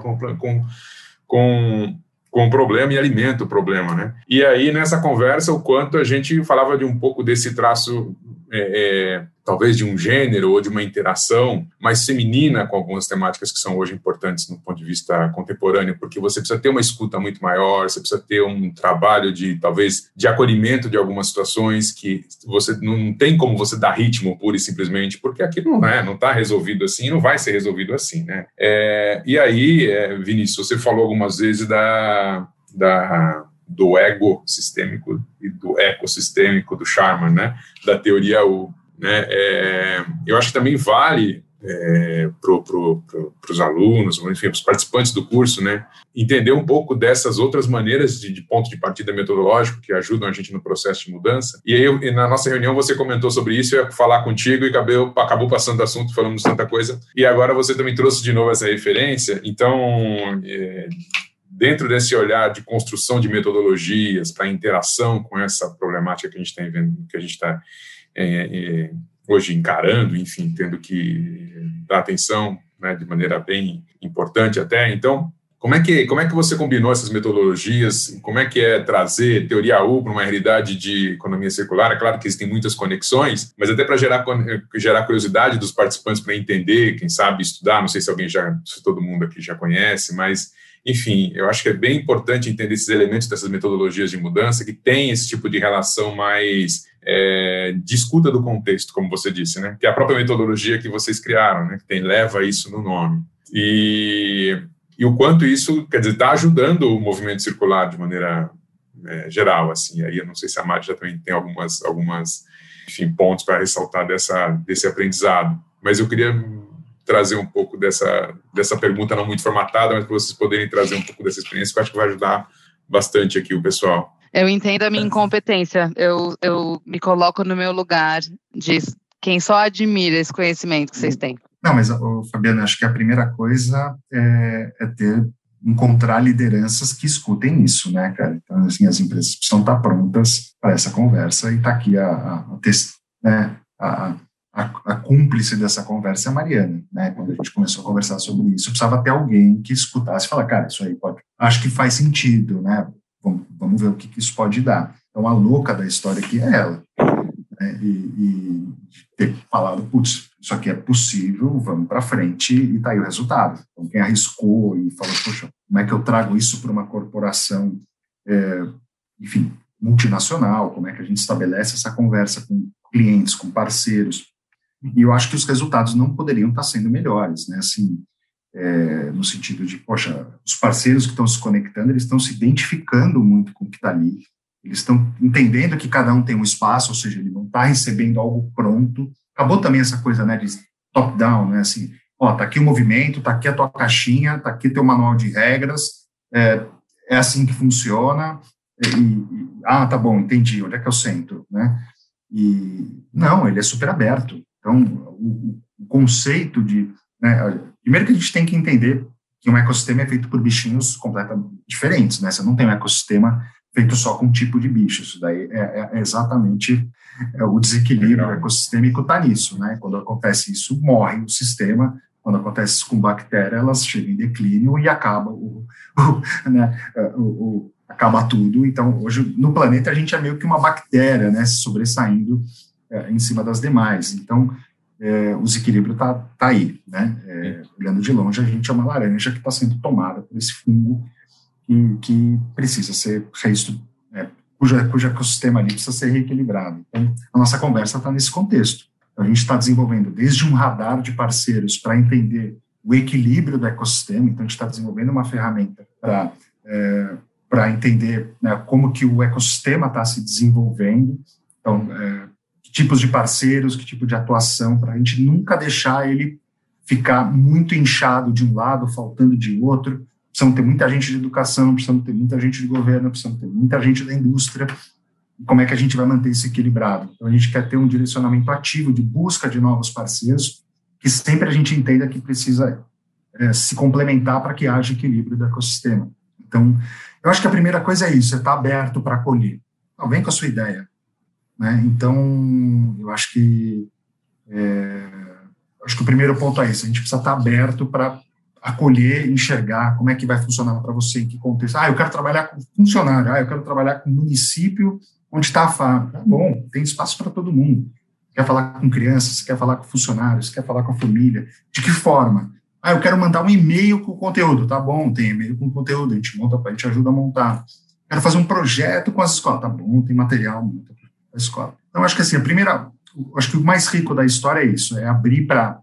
com o problema e alimenta o problema, né? E aí, nessa conversa, o quanto a gente falava de um pouco desse traço, talvez de um gênero ou de uma interação mais feminina com algumas temáticas que são hoje importantes no ponto de vista contemporâneo, porque você precisa ter uma escuta muito maior, você precisa ter um trabalho talvez de acolhimento de algumas situações que você não tem como você dar ritmo pura e simplesmente, porque aquilo não está resolvido assim, não vai ser resolvido assim, né? E aí, Vinícius, você falou algumas vezes do ego sistêmico e do ecossistêmico do Sharma, né? Da teoria U, né? Eu acho que também vale para os alunos, enfim, para os participantes do curso, né? Entender um pouco dessas outras maneiras de ponto de partida metodológico que ajudam a gente no processo de mudança. E aí, na nossa reunião, você comentou sobre isso, eu ia falar contigo e acabou passando do assunto, falamos tanta coisa. E agora você também trouxe de novo essa referência. Então, dentro desse olhar de construção de metodologias para interação com essa problemática que a gente está vendo, que a gente está hoje encarando, enfim, tendo que dar atenção, né, de maneira bem importante até. Então, como é que você combinou essas metodologias? Como é que é trazer teoria U para uma realidade de economia circular? É claro que existem muitas conexões, mas até para gerar curiosidade dos participantes para entender, quem sabe estudar, não sei se todo mundo aqui já conhece, mas enfim, eu acho que é bem importante entender esses elementos dessas metodologias de mudança que tem esse tipo de relação mais de escuta do contexto, como você disse, né? Que é a própria metodologia que vocês criaram, né? Que leva isso no nome. E o quanto isso, quer dizer, está ajudando o movimento circular de maneira geral, assim. Aí eu não sei se a Mari já também tem algumas enfim, pontos para ressaltar desse aprendizado. mas eu queria trazer um pouco dessa pergunta não muito formatada, mas para vocês poderem trazer um pouco dessa experiência, que eu acho que vai ajudar bastante aqui o pessoal. Eu entendo a minha incompetência, eu me coloco no meu lugar de quem só admira esse conhecimento que vocês têm. Não, mas, Fabiana, acho que a primeira coisa é encontrar lideranças que escutem isso, né, cara? Então, assim, as empresas precisam estar prontas para essa conversa, e está aqui a cúmplice dessa conversa é a Mariana, né? Quando a gente começou a conversar sobre isso, precisava ter alguém que escutasse e falar, cara, isso aí pode, acho que faz sentido, né? Vamos ver o que isso pode dar. Então, a louca da história aqui é ela, né? E ter falado, putz, isso aqui é possível, vamos para frente, e tá aí o resultado. Então, quem arriscou e falou, poxa, como é que eu trago isso para uma corporação, enfim, multinacional, como é que a gente estabelece essa conversa com clientes, com parceiros? E eu acho que os resultados não poderiam estar sendo melhores, né? Assim, no sentido de, poxa, os parceiros que estão se conectando, eles estão se identificando muito com o que está ali, eles estão entendendo que cada um tem um espaço, ou seja, ele não está recebendo algo pronto. Acabou também essa coisa, né, de top-down, né, assim, tá aqui o movimento, tá aqui a tua caixinha, tá aqui teu manual de regras, é assim que funciona, tá bom, entendi, onde é que eu sento, né? E não, ele é super aberto. Então, o conceito de, né, primeiro que a gente tem que entender que um ecossistema é feito por bichinhos completamente diferentes, né? Você não tem um ecossistema feito só com um tipo de bicho. Isso daí é exatamente o desequilíbrio ecossistêmico está nisso, né? Quando acontece isso, morre o sistema. Quando acontece isso com bactéria, elas chegam em declínio e acaba acaba tudo. Então, hoje, no planeta, a gente é meio que uma bactéria, né? Se sobressaindo em cima das demais. Então, o desequilíbrio está aí, né? Olhando de longe, a gente é uma laranja que está sendo tomada por esse fungo que precisa ser cujo ecossistema ali precisa ser reequilibrado. Então, a nossa conversa está nesse contexto. A gente está desenvolvendo desde um radar de parceiros para entender o equilíbrio do ecossistema. Então, a gente está desenvolvendo uma ferramenta para entender, né, como que o ecossistema está se desenvolvendo. Então, que tipos de parceiros, que tipo de atuação, para a gente nunca deixar ele ficar muito inchado de um lado, faltando de outro. Precisamos ter muita gente de educação, precisamos ter muita gente de governo, precisamos ter muita gente da indústria. Como é que a gente vai manter isso equilibrado? Então, a gente quer ter um direcionamento ativo de busca de novos parceiros, que sempre a gente entenda que precisa se complementar para que haja equilíbrio do ecossistema. Então, eu acho que a primeira coisa é isso, é estar aberto para acolher. Então, vem com a sua ideia, né? Então, eu acho que o primeiro ponto é esse, a gente precisa estar aberto para acolher, enxergar como é que vai funcionar para você, em que contexto. Eu quero trabalhar com funcionário, eu quero trabalhar com município onde está a fábrica. Bom, tem espaço para todo mundo. Quer falar com crianças, quer falar com funcionários, quer falar com a família. De que forma? Eu quero mandar um e-mail com conteúdo. Tá bom, tem e-mail com conteúdo, a gente ajuda a montar. Quero fazer um projeto com as escolas. Tá bom, tem material, monta para a escola. Então, acho que assim, acho que o mais rico da história é isso, é abrir para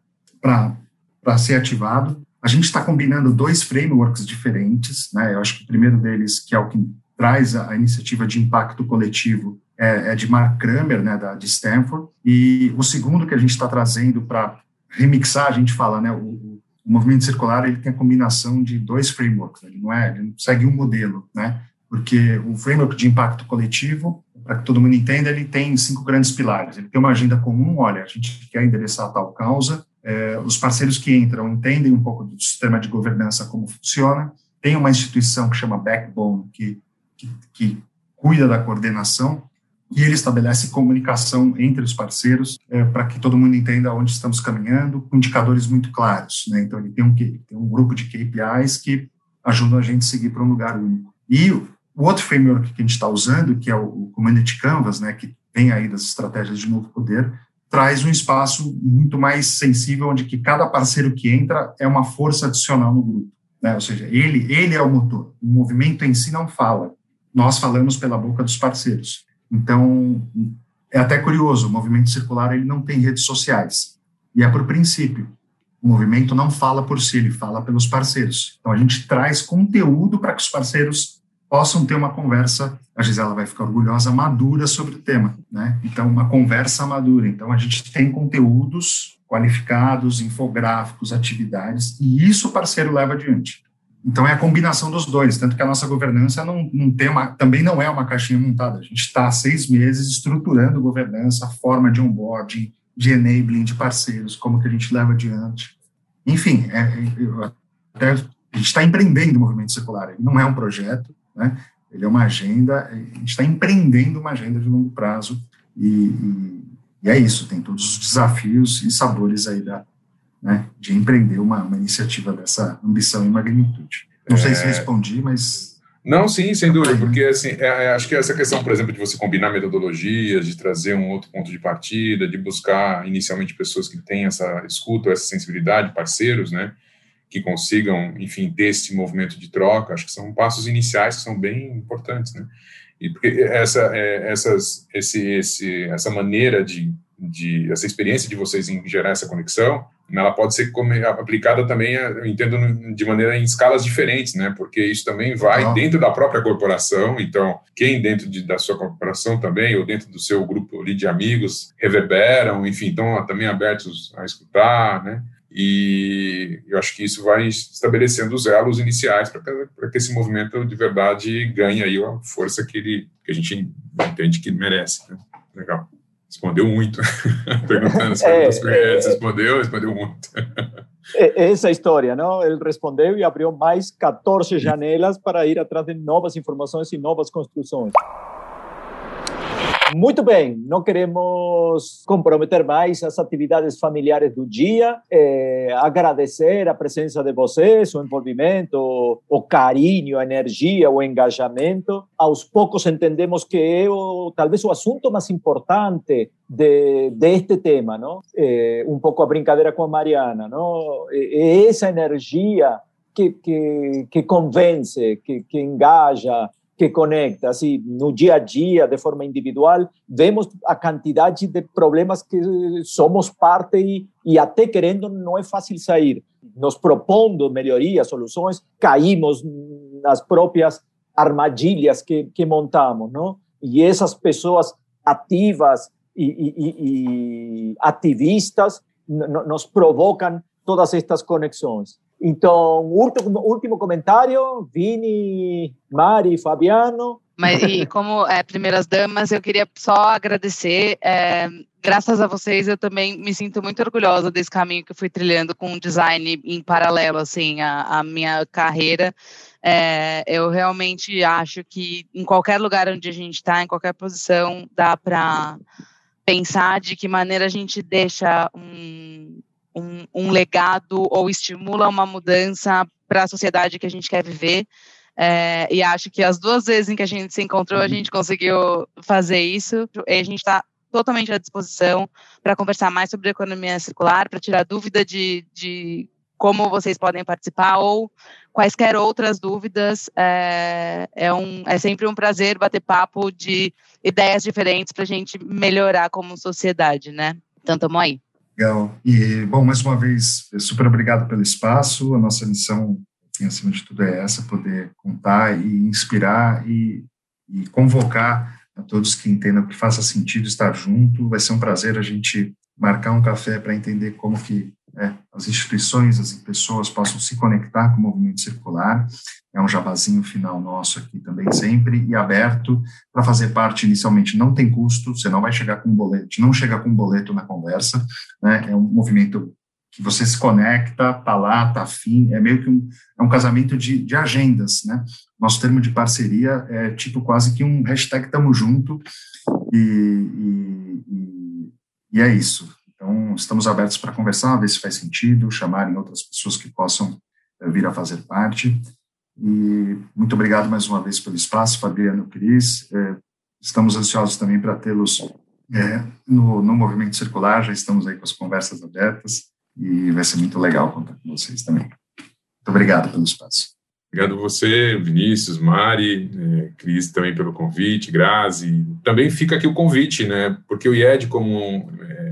ser ativado. A gente está combinando 2 frameworks diferentes, né? Eu acho que o primeiro deles, que é o que traz a iniciativa de impacto coletivo, é de Mark Kramer, né, de Stanford, e o segundo que a gente está trazendo para remixar, a gente fala, né, o movimento circular, ele tem a combinação de 2 frameworks, ele não segue um modelo, né? Porque o framework de impacto coletivo, para que todo mundo entenda, ele tem 5 grandes pilares. Ele tem uma agenda comum, olha, a gente quer endereçar tal causa. Os parceiros que entram entendem um pouco do sistema de governança, como funciona. Tem uma instituição que chama Backbone, que cuida da coordenação, e ele estabelece comunicação entre os parceiros para que todo mundo entenda onde estamos caminhando, com indicadores muito claros, né? Então, ele tem um grupo de KPIs que ajudam a gente a seguir para um lugar único. E o outro framework que a gente está usando, que é o Community Canvas, né, que vem aí das estratégias de novo poder, traz um espaço muito mais sensível, onde que cada parceiro que entra é uma força adicional no grupo, né? Ou seja, ele é o motor. O movimento em si não fala. Nós falamos pela boca dos parceiros. Então, é até curioso, o movimento circular ele não tem redes sociais. E é por princípio. O movimento não fala por si, ele fala pelos parceiros. Então, a gente traz conteúdo para que os parceiros possam ter uma conversa, a Gisela vai ficar orgulhosa, madura sobre o tema, né? Então, uma conversa madura. Então, a gente tem conteúdos qualificados, infográficos, atividades, e isso o parceiro leva adiante. Então, é a combinação dos dois, tanto que a nossa governança também não é uma caixinha montada. A gente está há 6 meses estruturando governança, a forma de onboarding, de enabling de parceiros, como que a gente leva adiante. Enfim, a gente está empreendendo o movimento circular. Ele não é um projeto, né? Ele é uma agenda, a gente está empreendendo uma agenda de longo prazo e é isso, tem todos os desafios e sabores aí de empreender uma iniciativa dessa ambição e magnitude. Não sei se respondi, mas... Não, sim, sem dúvida, porque assim, acho que essa questão, por exemplo, de você combinar metodologias, de trazer um outro ponto de partida, de buscar inicialmente pessoas que têm essa escuta, essa sensibilidade, parceiros, né, que consigam, enfim, ter esse movimento de troca, acho que são passos iniciais que são bem importantes, né, e porque essa maneira essa experiência de vocês em gerar essa conexão, ela pode ser aplicada também, eu entendo, de maneira em escalas diferentes, né? Porque isso também vai dentro da própria corporação, então quem dentro da sua corporação também, ou dentro do seu grupo ali de amigos, reverberam, enfim, estão também abertos a escutar, né? E eu acho que isso vai estabelecendo os elos iniciais para que esse movimento de verdade ganhe aí a força que a gente entende que merece, né? Legal. Respondeu muito. Perguntando se respondeu muito. Essa história, não? Ele respondeu e abriu mais 14 janelas para ir atrás de novas informações e novas construções. Muito bem, não queremos comprometer mais as atividades familiares do dia, agradecer a presença de vocês, o envolvimento, o carinho, a energia, o engajamento. Aos poucos entendemos que é talvez o assunto mais importante deste tema, não? Um pouco a brincadeira com a Mariana, não? É essa energia que convence, que engaja, que conecta, assim, no dia a dia, de forma individual, vemos a quantidade de problemas que somos parte e até querendo não é fácil sair. Nos propondo melhorias, soluções, caímos nas próprias armadilhas que montamos, não? E essas pessoas ativas e ativistas nos provocam todas estas conexões. Então, último comentário, Vini, Mari, Fabiano. Mas, e como primeiras damas, eu queria só agradecer. Graças a vocês, eu também me sinto muito orgulhosa desse caminho que eu fui trilhando com o design em paralelo, assim, a minha carreira. Eu realmente acho que em qualquer lugar onde a gente está, em qualquer posição, dá para pensar de que maneira a gente deixa um legado ou estimula uma mudança para a sociedade que a gente quer viver, e acho que as 2 vezes em que a gente se encontrou, a gente conseguiu fazer isso, e a gente está totalmente à disposição para conversar mais sobre economia circular, para tirar dúvida de como vocês podem participar ou quaisquer outras dúvidas. É sempre um prazer bater papo de ideias diferentes para a gente melhorar como sociedade, né? Então, estamos aí. Legal. E, bom, mais uma vez, super obrigado pelo espaço. A nossa missão, acima de tudo, é essa, poder contar e inspirar e convocar a todos que entendam que faça sentido estar junto. Vai ser um prazer a gente marcar um café para entender como que as instituições, as pessoas possam se conectar com o movimento circular. É um jabazinho final nosso aqui também sempre, e aberto para fazer parte inicialmente. Não tem custo, você não vai chegar com um boleto, não chega com um boleto na conversa, né? É um movimento que você se conecta, tá lá, tá afim, é meio que um casamento de agendas, né? Nosso termo de parceria é tipo quase que um hashtag tamo junto, e é isso. Então, estamos abertos para conversar, ver se faz sentido, chamarem outras pessoas que possam vir a fazer parte. E muito obrigado mais uma vez pelo espaço, Fabiano, Cris. Estamos ansiosos também para tê-los no Movimento Circular, já estamos aí com as conversas abertas e vai ser muito legal contar com vocês também. Muito obrigado pelo espaço. Obrigado a você, Vinícius, Mari, Cris também pelo convite, Grazi. Também fica aqui o convite, né? Porque o IED como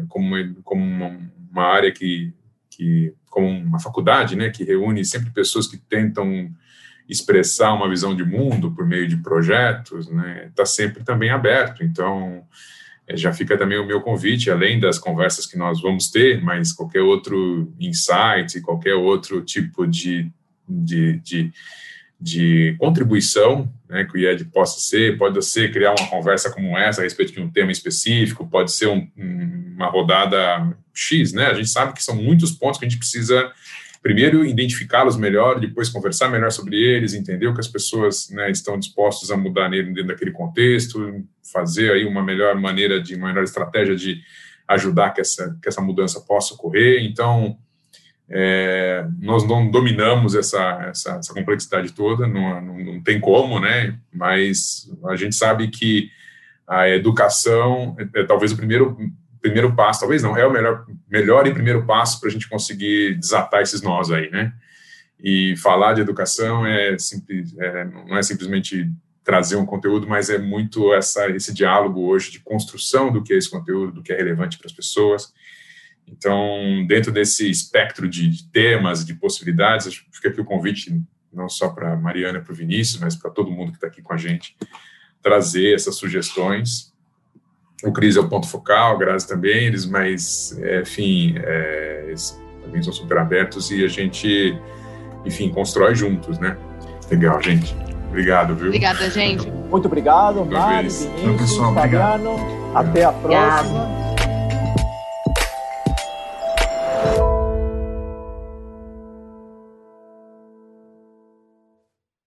uma área como uma faculdade, né? Que reúne sempre pessoas que tentam expressar uma visão de mundo por meio de projetos, né? Está sempre também aberto. Então, Já fica também o meu convite, além das conversas que nós vamos ter, mas qualquer outro insight, qualquer outro tipo de contribuição, né, que o IED possa ser, pode ser criar uma conversa como essa a respeito de um tema específico, pode ser uma rodada X, né? A gente sabe que são muitos pontos que a gente precisa primeiro identificá-los melhor, depois conversar melhor sobre eles, entender o que as pessoas, né, estão dispostas a mudar dentro daquele contexto, fazer aí uma melhor estratégia de ajudar que essa mudança possa ocorrer. Então, nós não dominamos essa complexidade toda, não tem como, né? Mas a gente sabe que a educação é talvez o primeiro passo, talvez não, é o melhor e primeiro passo para a gente conseguir desatar esses nós aí, né? E falar de educação não é simplesmente trazer um conteúdo, mas é muito esse diálogo hoje de construção do que é esse conteúdo, do que é relevante para as pessoas. Então, dentro desse espectro de temas, de possibilidades, fica aqui o convite não só para a Mariana e para o Vinícius, mas para todo mundo que está aqui com a gente, trazer essas sugestões. O Cris é o ponto focal, a Grazi também, eles também são super abertos e a gente, enfim, constrói juntos, né? Legal, gente. Obrigado, viu? Obrigada, gente. Muito obrigado, Mari, Vinícius, pessoal, Fabiano. Até a próxima. Obrigado.